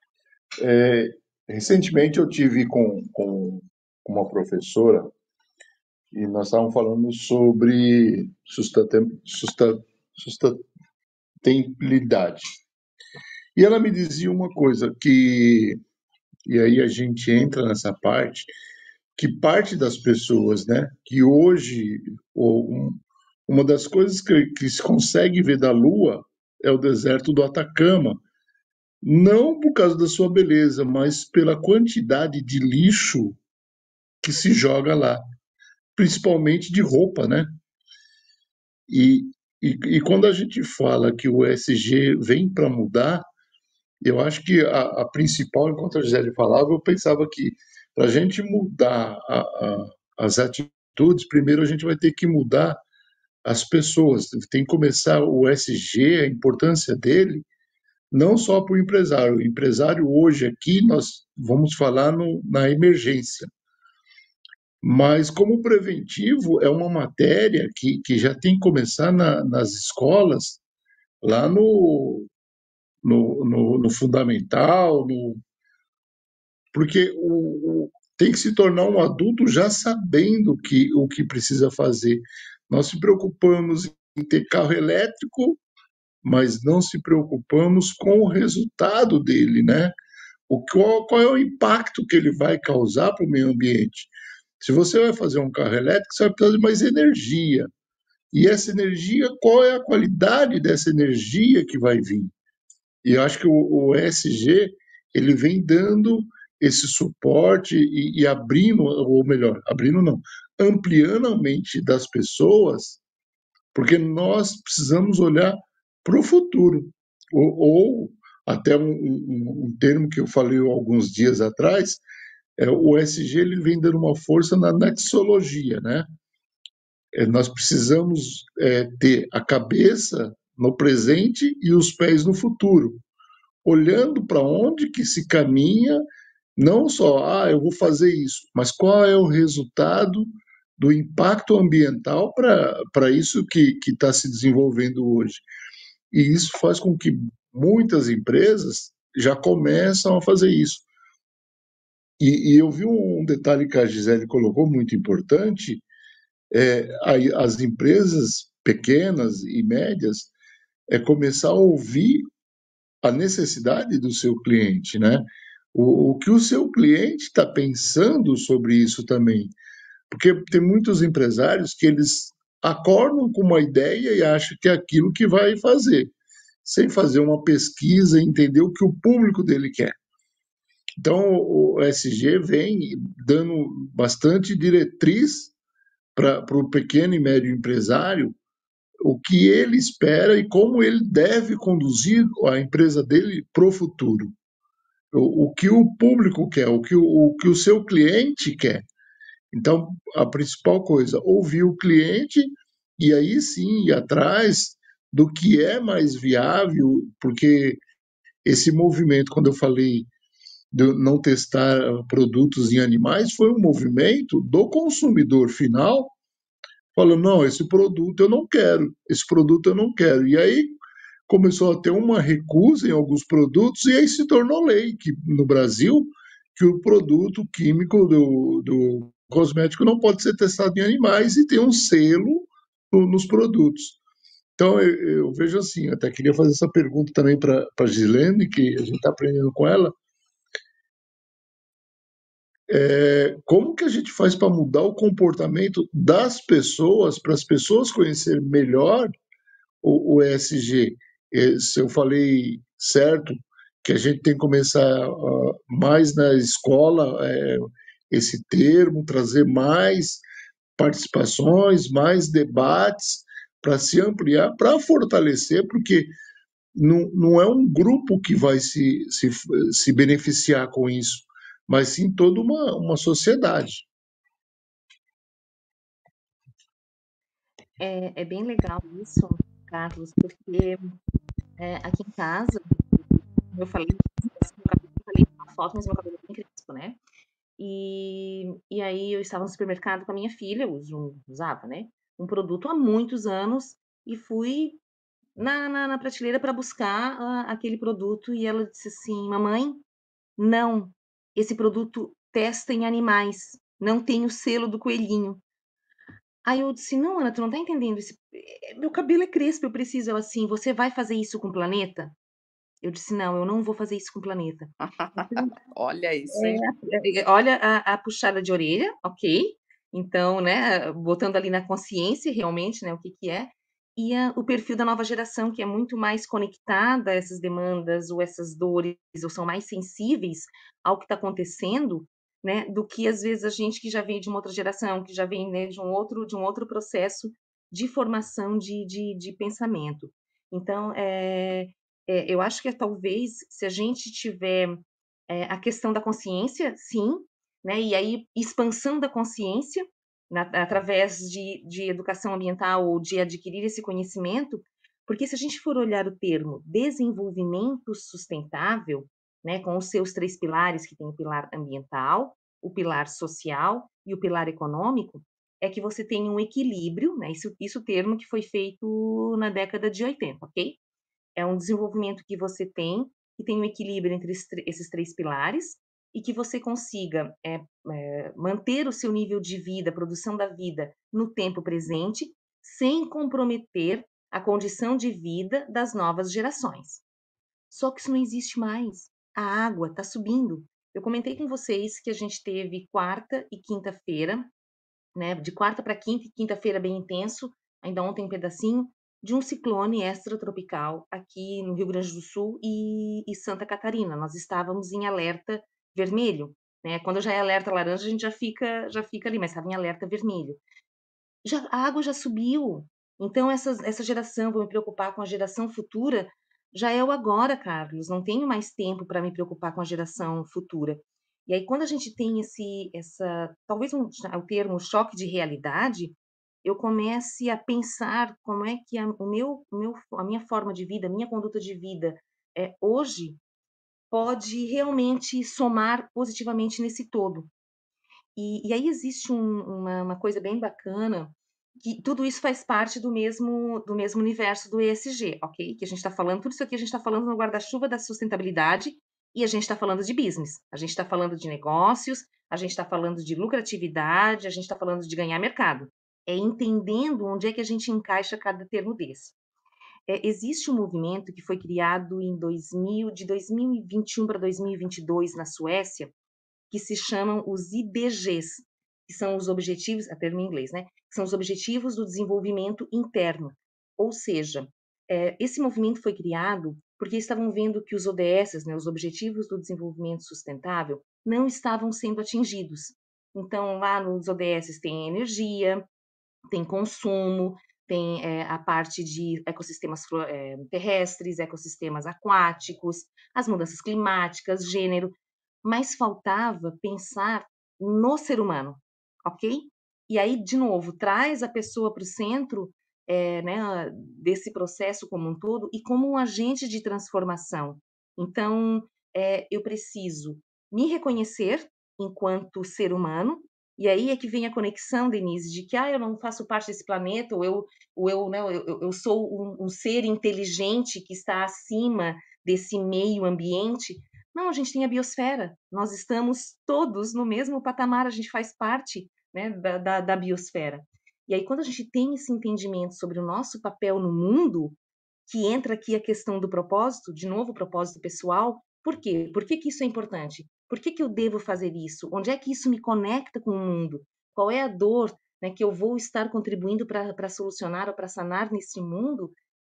É, recentemente eu tive com, com uma professora e nós estávamos falando sobre sustentem- sustain- sustentabilidade. E ela me dizia uma coisa que, e aí a gente entra nessa parte, que parte das pessoas, né, que hoje o- um- uma das coisas que, que se consegue ver da Lua é o deserto do Atacama, não por causa da sua beleza, mas pela quantidade de lixo que se joga lá, principalmente de roupa, né? E, e, e quando a gente fala que o E S G vem para mudar, eu acho que a, a principal, enquanto a Gisele falava, eu pensava que para a gente mudar a, a, as atitudes, primeiro a gente vai ter que mudar as pessoas. Tem que começar o E S G, a importância dele, não só para o empresário. O empresário hoje aqui, nós vamos falar no, na emergência. Mas como preventivo, é uma matéria que, que já tem que começar na, nas escolas, lá no, no, no, no fundamental, no, porque o, o, tem que se tornar um adulto já sabendo que, o que precisa fazer. Nós se preocupamos em ter carro elétrico, mas não se preocupamos com o resultado dele, né? O, qual, qual é o impacto que ele vai causar para o meio ambiente? Se você vai fazer um carro elétrico, você vai precisar de mais energia. E essa energia, qual é a qualidade dessa energia que vai vir? E eu acho que o, o E S G ele vem dando esse suporte e, e abrindo, ou melhor, abrindo não, ampliando a mente das pessoas, porque nós precisamos olhar para o futuro. Ou, ou até um, um, um termo que eu falei alguns dias atrás, é, o E S G ele vem dando uma força na nexologia, né? É, nós precisamos é, ter a cabeça no presente e os pés no futuro, olhando para onde que se caminha, não só, ah, eu vou fazer isso, mas qual é o resultado do impacto ambiental para isso que está se desenvolvendo hoje. E isso faz com que muitas empresas já começam a fazer isso. E, e eu vi um detalhe que a Gisele colocou muito importante, é, as empresas pequenas e médias é começar a ouvir a necessidade do seu cliente, né? O, o que o seu cliente está pensando sobre isso também, porque tem muitos empresários que eles acordam com uma ideia e acham que é aquilo que vai fazer, sem fazer uma pesquisa e entender o que o público dele quer. Então, o E S G vem dando bastante diretriz para o pequeno e médio empresário, o que ele espera e como ele deve conduzir a empresa dele para o futuro. O, o que o público quer, o que o, o que o seu cliente quer. Então, a principal coisa, ouvir o cliente e aí sim ir atrás do que é mais viável, porque esse movimento, quando eu falei de não testar produtos em animais, foi um movimento do consumidor final falando, não, esse produto eu não quero, esse produto eu não quero. E aí começou a ter uma recusa em alguns produtos e aí se tornou lei que no Brasil que o produto químico do, do cosmético não pode ser testado em animais e tem um selo no, nos produtos. Então eu, eu vejo assim, até queria fazer essa pergunta também para a Gislene, que a gente está aprendendo com ela. É, como que a gente faz para mudar o comportamento das pessoas, para as pessoas conhecerem melhor o, o E S G? Se eu falei certo, que a gente tem que começar uh, mais na escola é, esse termo, trazer mais participações, mais debates para se ampliar, para fortalecer, porque não, não é um grupo que vai se, se, se beneficiar com isso, mas sim toda uma, uma sociedade. É, é bem legal isso, Carlos, porque é, aqui em casa, como eu falei, assim, meu cabelo, eu falei na foto, mas meu cabelo é bem crespo, né? E, e aí eu estava no supermercado com a minha filha, eu uso, usava, né? Um produto há muitos anos e fui na, na, na prateleira para buscar ah, aquele produto e ela disse assim, mamãe, não, esse produto testa em animais, não tem o selo do coelhinho. Aí eu disse, não, Ana, tu não tá entendendo, esse, eh, meu cabelo é crespo, eu preciso. Ela assim, você vai fazer isso com o planeta? Eu disse, não, eu não vou fazer isso com o planeta. Então, Olha isso, hein? é, é, olha a, a puxada de orelha, ok? Então, né, botando ali na consciência realmente, né, o que que é, e a, o perfil da nova geração, que é muito mais conectada a essas demandas ou essas dores, ou são mais sensíveis ao que está acontecendo, né, do que às vezes a gente que já vem de uma outra geração, que já vem, né, de um outro, de um outro processo de formação de, de, de pensamento. Então, é, é, eu acho que é, talvez, se a gente tiver é, a questão da consciência, sim, né? E aí expansão da consciência na, através de, de educação ambiental ou de adquirir esse conhecimento, porque se a gente for olhar o termo desenvolvimento sustentável, né, com os seus três pilares, que tem o pilar ambiental, o pilar social e o pilar econômico, é que você tem um equilíbrio, né? Isso, isso termo que foi feito na década de oitenta, ok? É um desenvolvimento que você tem, que tem um equilíbrio entre esses três pilares, e que você consiga é, é, manter o seu nível de vida, a produção da vida, no tempo presente, sem comprometer a condição de vida das novas gerações. Só que isso não existe mais. A água está subindo. Eu comentei com vocês que a gente teve quarta e quinta-feira, né, de quarta para quinta e quinta-feira bem intenso, ainda ontem um pedacinho, de um ciclone extratropical aqui no Rio Grande do Sul e, e Santa Catarina. Nós estávamos em alerta vermelho, né? Quando já é alerta laranja, a gente já fica, já fica ali, mas estava em alerta vermelho. Já, a água já subiu. Então, essa, essa geração, vou me preocupar com a geração futura, já é o agora, Carlos. Não tenho mais tempo para me preocupar com a geração futura. E aí, quando a gente tem esse, essa, talvez um, o termo choque de realidade, eu comece a pensar como é que a, o meu, o meu, a minha forma de vida, a minha conduta de vida é, hoje pode realmente somar positivamente nesse todo. E, e aí existe um, uma, uma coisa bem bacana, que tudo isso faz parte do mesmo, do mesmo universo do E S G, ok? Que a gente está falando, tudo isso aqui a gente está falando no guarda-chuva da sustentabilidade e a gente está falando de business, a gente está falando de negócios, a gente está falando de lucratividade, a gente está falando de ganhar mercado. É entendendo onde é que a gente encaixa cada termo desse. É, existe um movimento que foi criado em dois mil, de dois mil e vinte e um para dois mil e vinte e dois na Suécia, que se chamam os I D Gs, que são os objetivos, a termo em inglês, né? Que são os objetivos do desenvolvimento interno. Ou seja, é, esse movimento foi criado porque estavam vendo que os O D S, né, os Objetivos do Desenvolvimento Sustentável, não estavam sendo atingidos. Então, lá nos O D S tem energia, tem consumo, tem é, a parte de ecossistemas é, terrestres, ecossistemas aquáticos, as mudanças climáticas, gênero, mas faltava pensar no ser humano, ok? E aí, de novo, traz a pessoa para o centro é, né, desse processo como um todo e como um agente de transformação. Então, é, eu preciso me reconhecer enquanto ser humano, e aí é que vem a conexão, Denise, de que ah, eu não faço parte desse planeta, ou eu, ou eu, né, eu, eu sou um, um ser inteligente que está acima desse meio ambiente. Não, a gente tem a biosfera, nós estamos todos no mesmo patamar, a gente faz parte, né, da, da, da biosfera. E aí, quando a gente tem esse entendimento sobre o nosso papel no mundo, que entra aqui a questão do propósito, de novo, o propósito pessoal. Por quê? Por que, que isso é importante? Por que, que eu devo fazer isso? Onde é que isso me conecta com o mundo? Qual é a dor, né, que eu vou estar contribuindo para solucionar ou para sanar nesse mundo?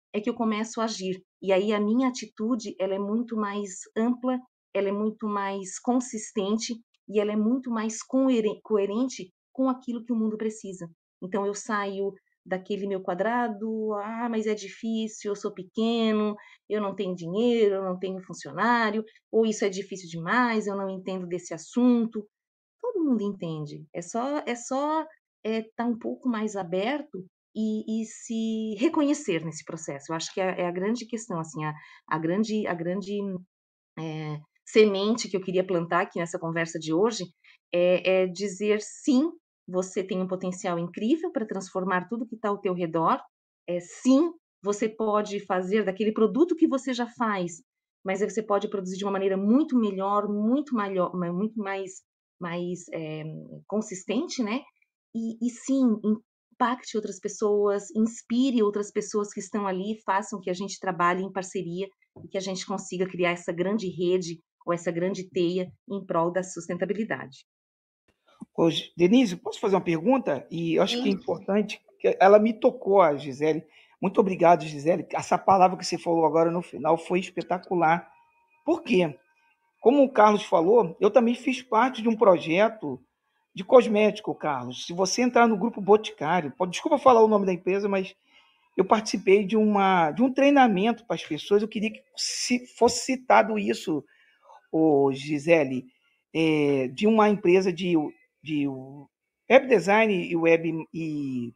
é que eu começo a agir. E aí a minha atitude, ela é muito mais ampla, ela é muito mais consistente e ela é muito mais coerente com aquilo que o mundo precisa. Então eu saio daquele meu quadrado, ah, mas é difícil, eu sou pequeno, eu não tenho dinheiro, eu não tenho funcionário, ou isso é difícil demais, eu não entendo desse assunto. Todo mundo entende. É só é só é, tá um pouco mais aberto e, e se reconhecer nesse processo. Eu acho que é, é a grande questão, assim, a, a grande a grande é, semente que eu queria plantar aqui nessa conversa de hoje é, é dizer sim, você tem um potencial incrível para transformar tudo que está ao teu redor. É, sim, você pode fazer daquele produto que você já faz, mas você pode produzir de uma maneira muito melhor, muito maior, muito mais, mais é, consistente, né? E, e sim, impacte outras pessoas, inspire outras pessoas que estão ali, façam que a gente trabalhe em parceria e que a gente consiga criar essa grande rede ou essa grande teia em prol da sustentabilidade. Hoje, Denise, posso fazer uma pergunta? E eu acho que é Sim. importante, que ela me tocou, a Gisele. Muito obrigado, Gisele. Essa palavra que você falou agora no final foi espetacular. Por quê? Como o Carlos falou, eu também fiz parte de um projeto de cosmético, Carlos. Se você entrar no grupo Boticário, pode, desculpa falar o nome da empresa, mas eu participei de, uma, de um treinamento para as pessoas. Eu queria que se fosse citado isso, ô Gisele, é, de uma empresa de, de web design e web e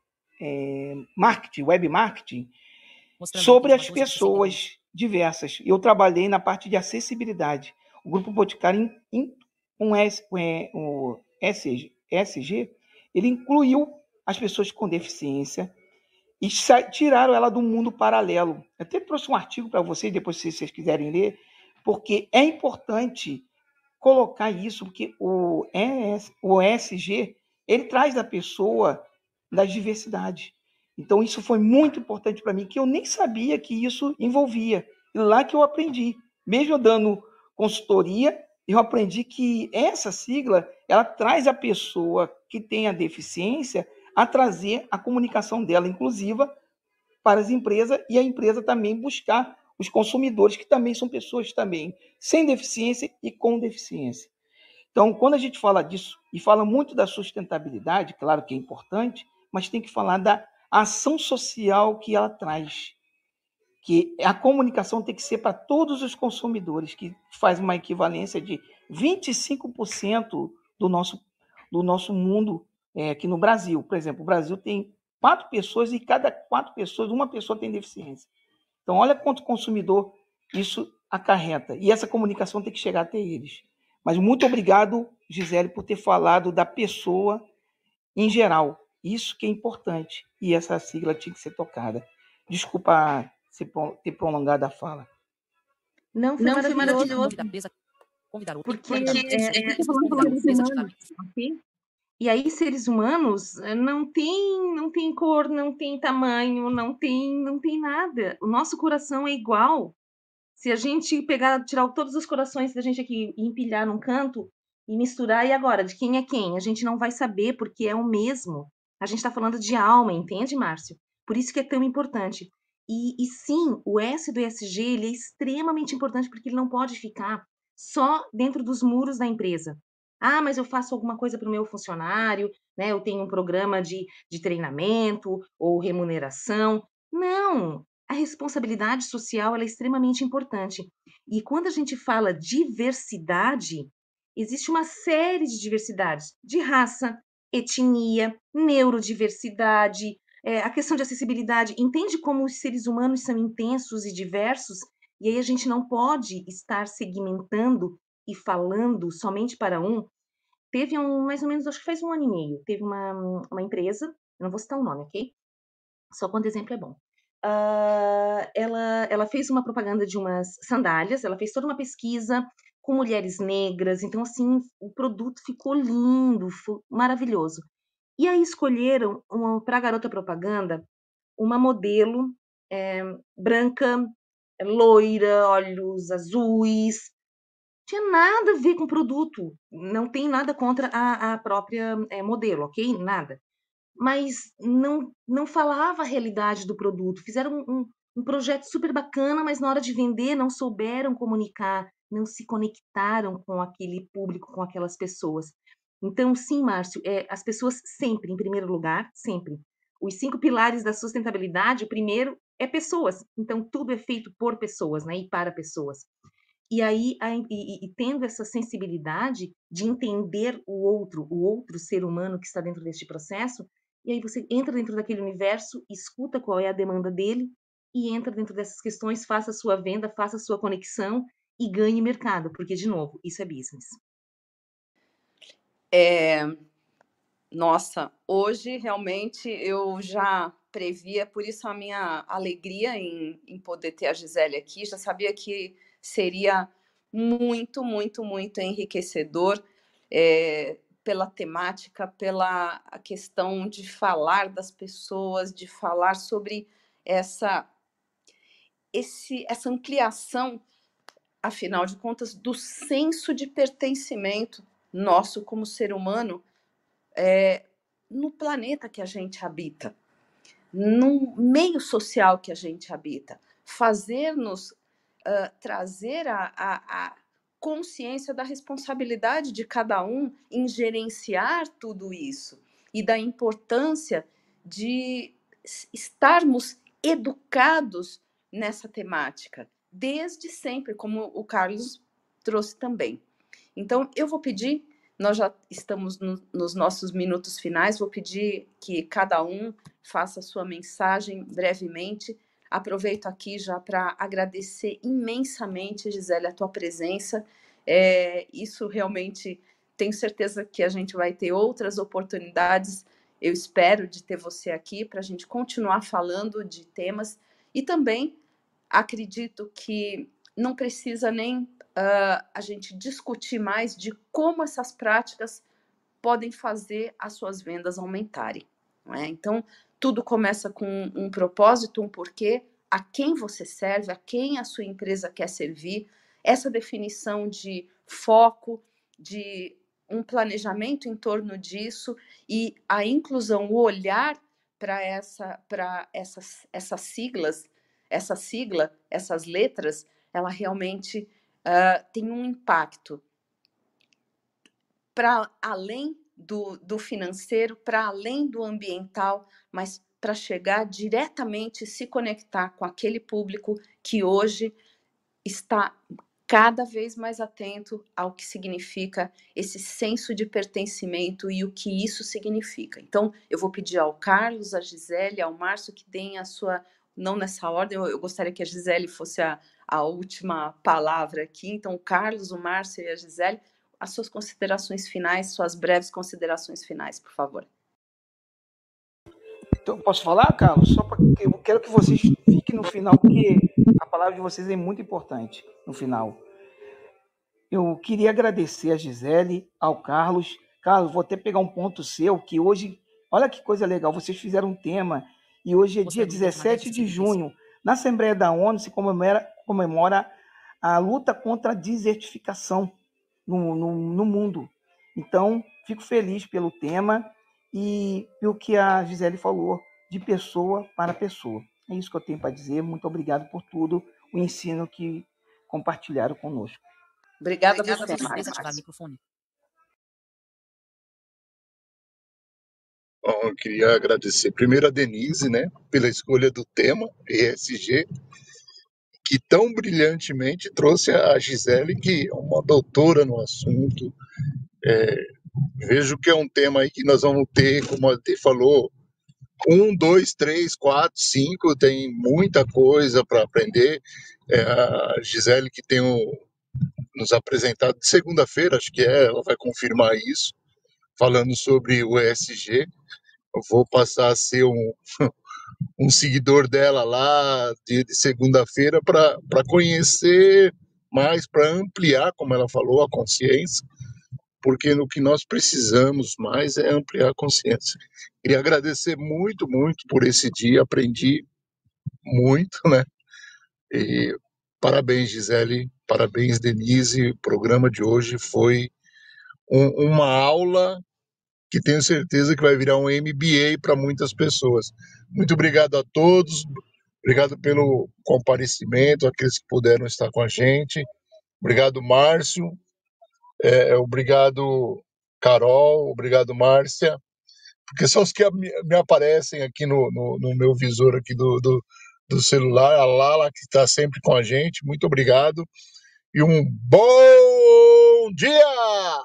é, marketing, web marketing, Mostrando sobre vídeos as de sessenta segundos. pessoas diversas. Eu trabalhei na parte de acessibilidade. O Grupo Boticário, em, em, um S, é, o S G, S G, ele incluiu as pessoas com deficiência e sa- tiraram ela do mundo paralelo. Eu até trouxe um artigo para vocês, depois se vocês quiserem ler, porque é importante colocar isso, porque o, E S, o E S G, ele traz a pessoa das diversidades. Então, isso foi muito importante para mim, que eu nem sabia que isso envolvia. E lá que eu aprendi. Mesmo eu dando consultoria, eu aprendi que essa sigla, ela traz a pessoa que tem a deficiência a trazer a comunicação dela inclusiva para as empresas e a empresa também buscar os consumidores, que também são pessoas também sem deficiência e com deficiência. Então, quando a gente fala disso e fala muito da sustentabilidade, claro que é importante, mas tem que falar da ação social que ela traz, que a comunicação tem que ser para todos os consumidores, que faz uma equivalência de vinte e cinco por cento do nosso, do nosso mundo é, aqui no Brasil. Por exemplo, o Brasil tem quatro pessoas e cada quatro pessoas, uma pessoa tem deficiência. Então, olha quanto consumidor isso acarreta. E essa comunicação tem que chegar até eles. Mas muito obrigado, Gisele, por ter falado da pessoa em geral. Isso que é importante. E essa sigla tinha que ser tocada. Desculpa ter prolongado a fala. Não, foi Não, foi maravilhoso, maravilhoso. Convidar, mesa, convidar outro. porque Convidar é, outro. a gente está falando Convidar de outro. seres Mesa de humanos, estar. ok? E aí, seres humanos eh, não tem, não tem cor, não tem tamanho, não tem, não tem nada. O nosso coração é igual. Se a gente pegar, tirar todos os corações da gente aqui e empilhar num canto e misturar, e agora, de quem é quem? A gente não vai saber, porque é o mesmo. A gente está falando de alma, entende, Márcio? Por isso que é tão importante. E, e sim, o S do E S G ele é extremamente importante porque ele não pode ficar só dentro dos muros da empresa. Ah, mas eu faço alguma coisa para o meu funcionário, né? Eu tenho um programa de, de treinamento ou remuneração. Não, a responsabilidade social ela é extremamente importante. E quando a gente fala diversidade, existe uma série de diversidades de raça, etnia, neurodiversidade, é, a questão de acessibilidade. Entende como os seres humanos são intensos e diversos? E aí a gente não pode estar segmentando e falando somente para um. Teve um, mais ou menos, acho que faz um ano e meio, teve uma, uma empresa, eu não vou citar o nome, ok? Só quando exemplo é bom. Uh, ela, ela fez uma propaganda de umas sandálias, ela fez toda uma pesquisa com mulheres negras, então, assim, o produto ficou lindo, ficou maravilhoso. E aí escolheram para a garota propaganda uma modelo é, branca, loira, olhos azuis, tinha nada a ver com o produto, não tem nada contra a, a própria é, modelo, ok? Nada mas não, não falava a realidade do produto. Fizeram um, um projeto super bacana, mas na hora de vender não souberam comunicar, não se conectaram com aquele público, com aquelas pessoas. Então, sim, Márcio, é, as pessoas sempre, em primeiro lugar, sempre. Os cinco pilares da sustentabilidade, o primeiro é pessoas. Então, tudo é feito por pessoas, né, e para pessoas. E aí, a, e, e tendo essa sensibilidade de entender o outro, o outro ser humano que está dentro deste processo, e aí você entra dentro daquele universo, escuta qual é a demanda dele, e entra dentro dessas questões, faça a sua venda, faça a sua conexão e ganhe mercado, porque, de novo, isso é business. É, nossa, hoje realmente eu já previa, por isso a minha alegria em, em poder ter a Gisele aqui, já sabia que seria muito, muito, muito enriquecedor é, pela temática, pela a questão de falar das pessoas, de falar sobre essa, esse, essa ampliação, afinal de contas, do senso de pertencimento nosso como ser humano é, no planeta que a gente habita, no meio social que a gente habita, fazer-nos uh, trazer a, a, a consciência da responsabilidade de cada um em gerenciar tudo isso e da importância de estarmos educados nessa temática, desde sempre, como o Carlos trouxe também. Então, eu vou pedir, nós já estamos no, nos nossos minutos finais, vou pedir que cada um faça a sua mensagem brevemente. Aproveito aqui já para agradecer imensamente, Gisele, a tua presença. É, isso realmente, tenho certeza que a gente vai ter outras oportunidades. Eu espero de ter você aqui para a gente continuar falando de temas. E também acredito que não precisa nem uh, a gente discutir mais de como essas práticas podem fazer as suas vendas aumentarem. Não é? Então, tudo começa com um propósito, um porquê, a quem você serve, a quem a sua empresa quer servir, essa definição de foco, de um planejamento em torno disso e a inclusão, o olhar para essa, para essas, essas siglas, essa sigla, essas letras, ela realmente uh, tem um impacto para além do, do financeiro, para além do ambiental, mas para chegar diretamente e se conectar com aquele público que hoje está cada vez mais atento ao que significa esse senso de pertencimento e o que isso significa. Então, eu vou pedir ao Carlos, à Gisele, ao Márcio que deem a sua, não nessa ordem, eu, eu gostaria que a Gisele fosse a, a última palavra aqui. Então, o Carlos, o Márcio e a Gisele, as suas considerações finais, suas breves considerações finais, por favor. Então, posso falar, Carlos? Só para eu quero que vocês fiquem no final, porque a palavra de vocês é muito importante no final. Eu queria agradecer a Gisele, ao Carlos. Carlos, vou até pegar um ponto seu, que hoje, olha que coisa legal, vocês fizeram um tema, e hoje é dia dezessete de junho. Na Assembleia da ONU se comemora, comemora a luta contra a desertificação no, no, no mundo. Então, fico feliz pelo tema e pelo que a Gisele falou, de pessoa para pessoa. É isso que eu tenho para dizer. Muito obrigado por tudo, o ensino que compartilharam conosco. Obrigada, Obrigada a você, por Márcio. desativar o microfone. Bom, eu queria agradecer primeiro a Denise, né, pela escolha do tema E S G, que tão brilhantemente trouxe a Gisele, que é uma doutora no assunto. É, vejo que é um tema aí que nós vamos ter, como a T falou, um, dois, três, quatro, cinco, tem muita coisa para aprender. É, a Gisele que tem um, nos apresentado de segunda-feira, acho que é, ela vai confirmar isso, falando sobre o E S G. Eu vou passar a ser um, um seguidor dela lá de, de segunda-feira para conhecer mais, para ampliar, como ela falou, a consciência, porque no que nós precisamos mais é ampliar a consciência. Queria agradecer muito, muito por esse dia, aprendi muito, né? E parabéns, Gisele, parabéns, Denise. O programa de hoje foi um, uma aula que tenho certeza que vai virar um M B A para muitas pessoas. Muito obrigado a todos. Obrigado pelo comparecimento, aqueles que puderam estar com a gente. Obrigado, Márcio. É, obrigado, Carol. Obrigado, Márcia. Porque são os que me, me aparecem aqui no, no, no meu visor aqui do, do, do celular. A Lala, que está sempre com a gente. Muito obrigado. E um bom dia!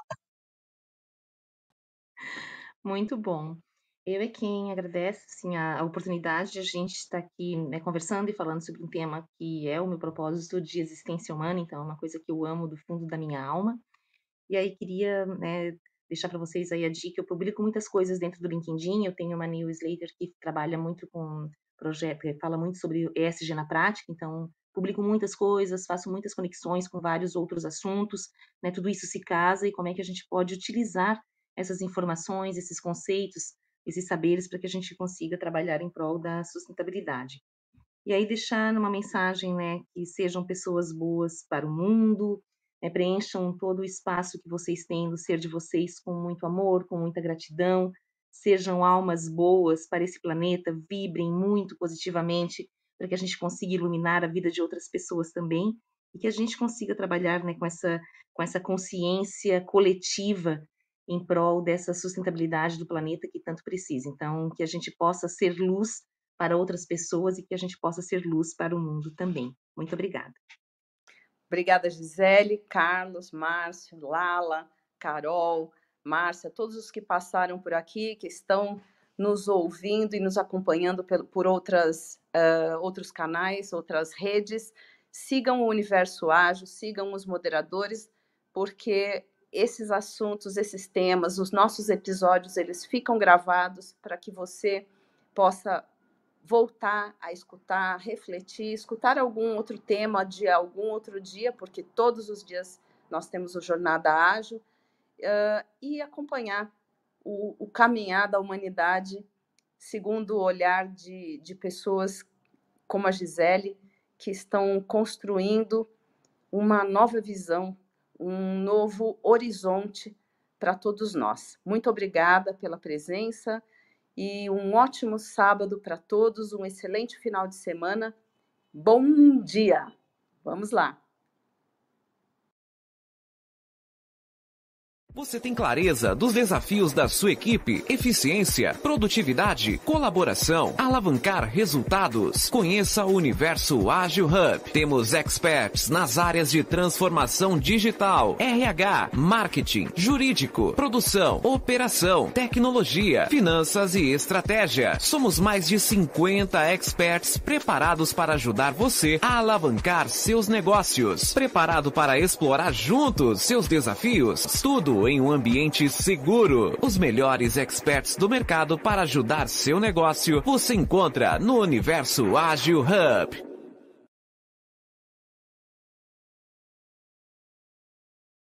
Muito bom. Eu é quem agradece assim, a, a oportunidade de a gente estar aqui, né, conversando e falando sobre um tema que é o meu propósito de existência humana, então é uma coisa que eu amo do fundo da minha alma. E aí queria, né, deixar para vocês aí a dica. Eu publico muitas coisas dentro do LinkedIn. Eu tenho uma newsletter que trabalha muito com projeto, fala muito sobre E S G na prática, então publico muitas coisas, faço muitas conexões com vários outros assuntos, né? Tudo isso se casa e como é que a gente pode utilizar essas informações, esses conceitos, esses saberes para que a gente consiga trabalhar em prol da sustentabilidade. E aí deixar numa mensagem, né, que sejam pessoas boas para o mundo, né, preencham todo o espaço que vocês têm do ser de vocês com muito amor, com muita gratidão, sejam almas boas para esse planeta, vibrem muito positivamente para que a gente consiga iluminar a vida de outras pessoas também e que a gente consiga trabalhar, né, com essa, com essa consciência coletiva em prol dessa sustentabilidade do planeta que tanto precisa. Então, que a gente possa ser luz para outras pessoas e que a gente possa ser luz para o mundo também. Muito obrigada. Obrigada, Gisele, Carlos, Márcio, Lala, Carol, Márcia, todos os que passaram por aqui, que estão nos ouvindo e nos acompanhando por, por outras, uh, outros canais, outras redes. Sigam o Universo Ágil, sigam os moderadores, porque esses assuntos, esses temas, os nossos episódios, eles ficam gravados para que você possa voltar a escutar, refletir, escutar algum outro tema de algum outro dia, porque todos os dias nós temos o Jornada Ágil, uh, e acompanhar o, o caminhar da humanidade segundo o olhar de, de pessoas como a Gisele, que estão construindo uma nova visão, um novo horizonte para todos nós. Muito obrigada pela presença. E um ótimo sábado para todos, um excelente final de semana. Bom dia! Vamos lá! Você tem clareza dos desafios da sua equipe? Eficiência, produtividade, colaboração, alavancar resultados. Conheça o Universo Ágil Hub. Temos experts nas áreas de transformação digital, R H, marketing, jurídico, produção, operação, tecnologia, finanças e estratégia. Somos mais de cinquenta experts preparados para ajudar você a alavancar seus negócios. Preparado para explorar juntos seus desafios? Tudo em um ambiente seguro. Os melhores experts do mercado para ajudar seu negócio você encontra no Universo Ágil Hub.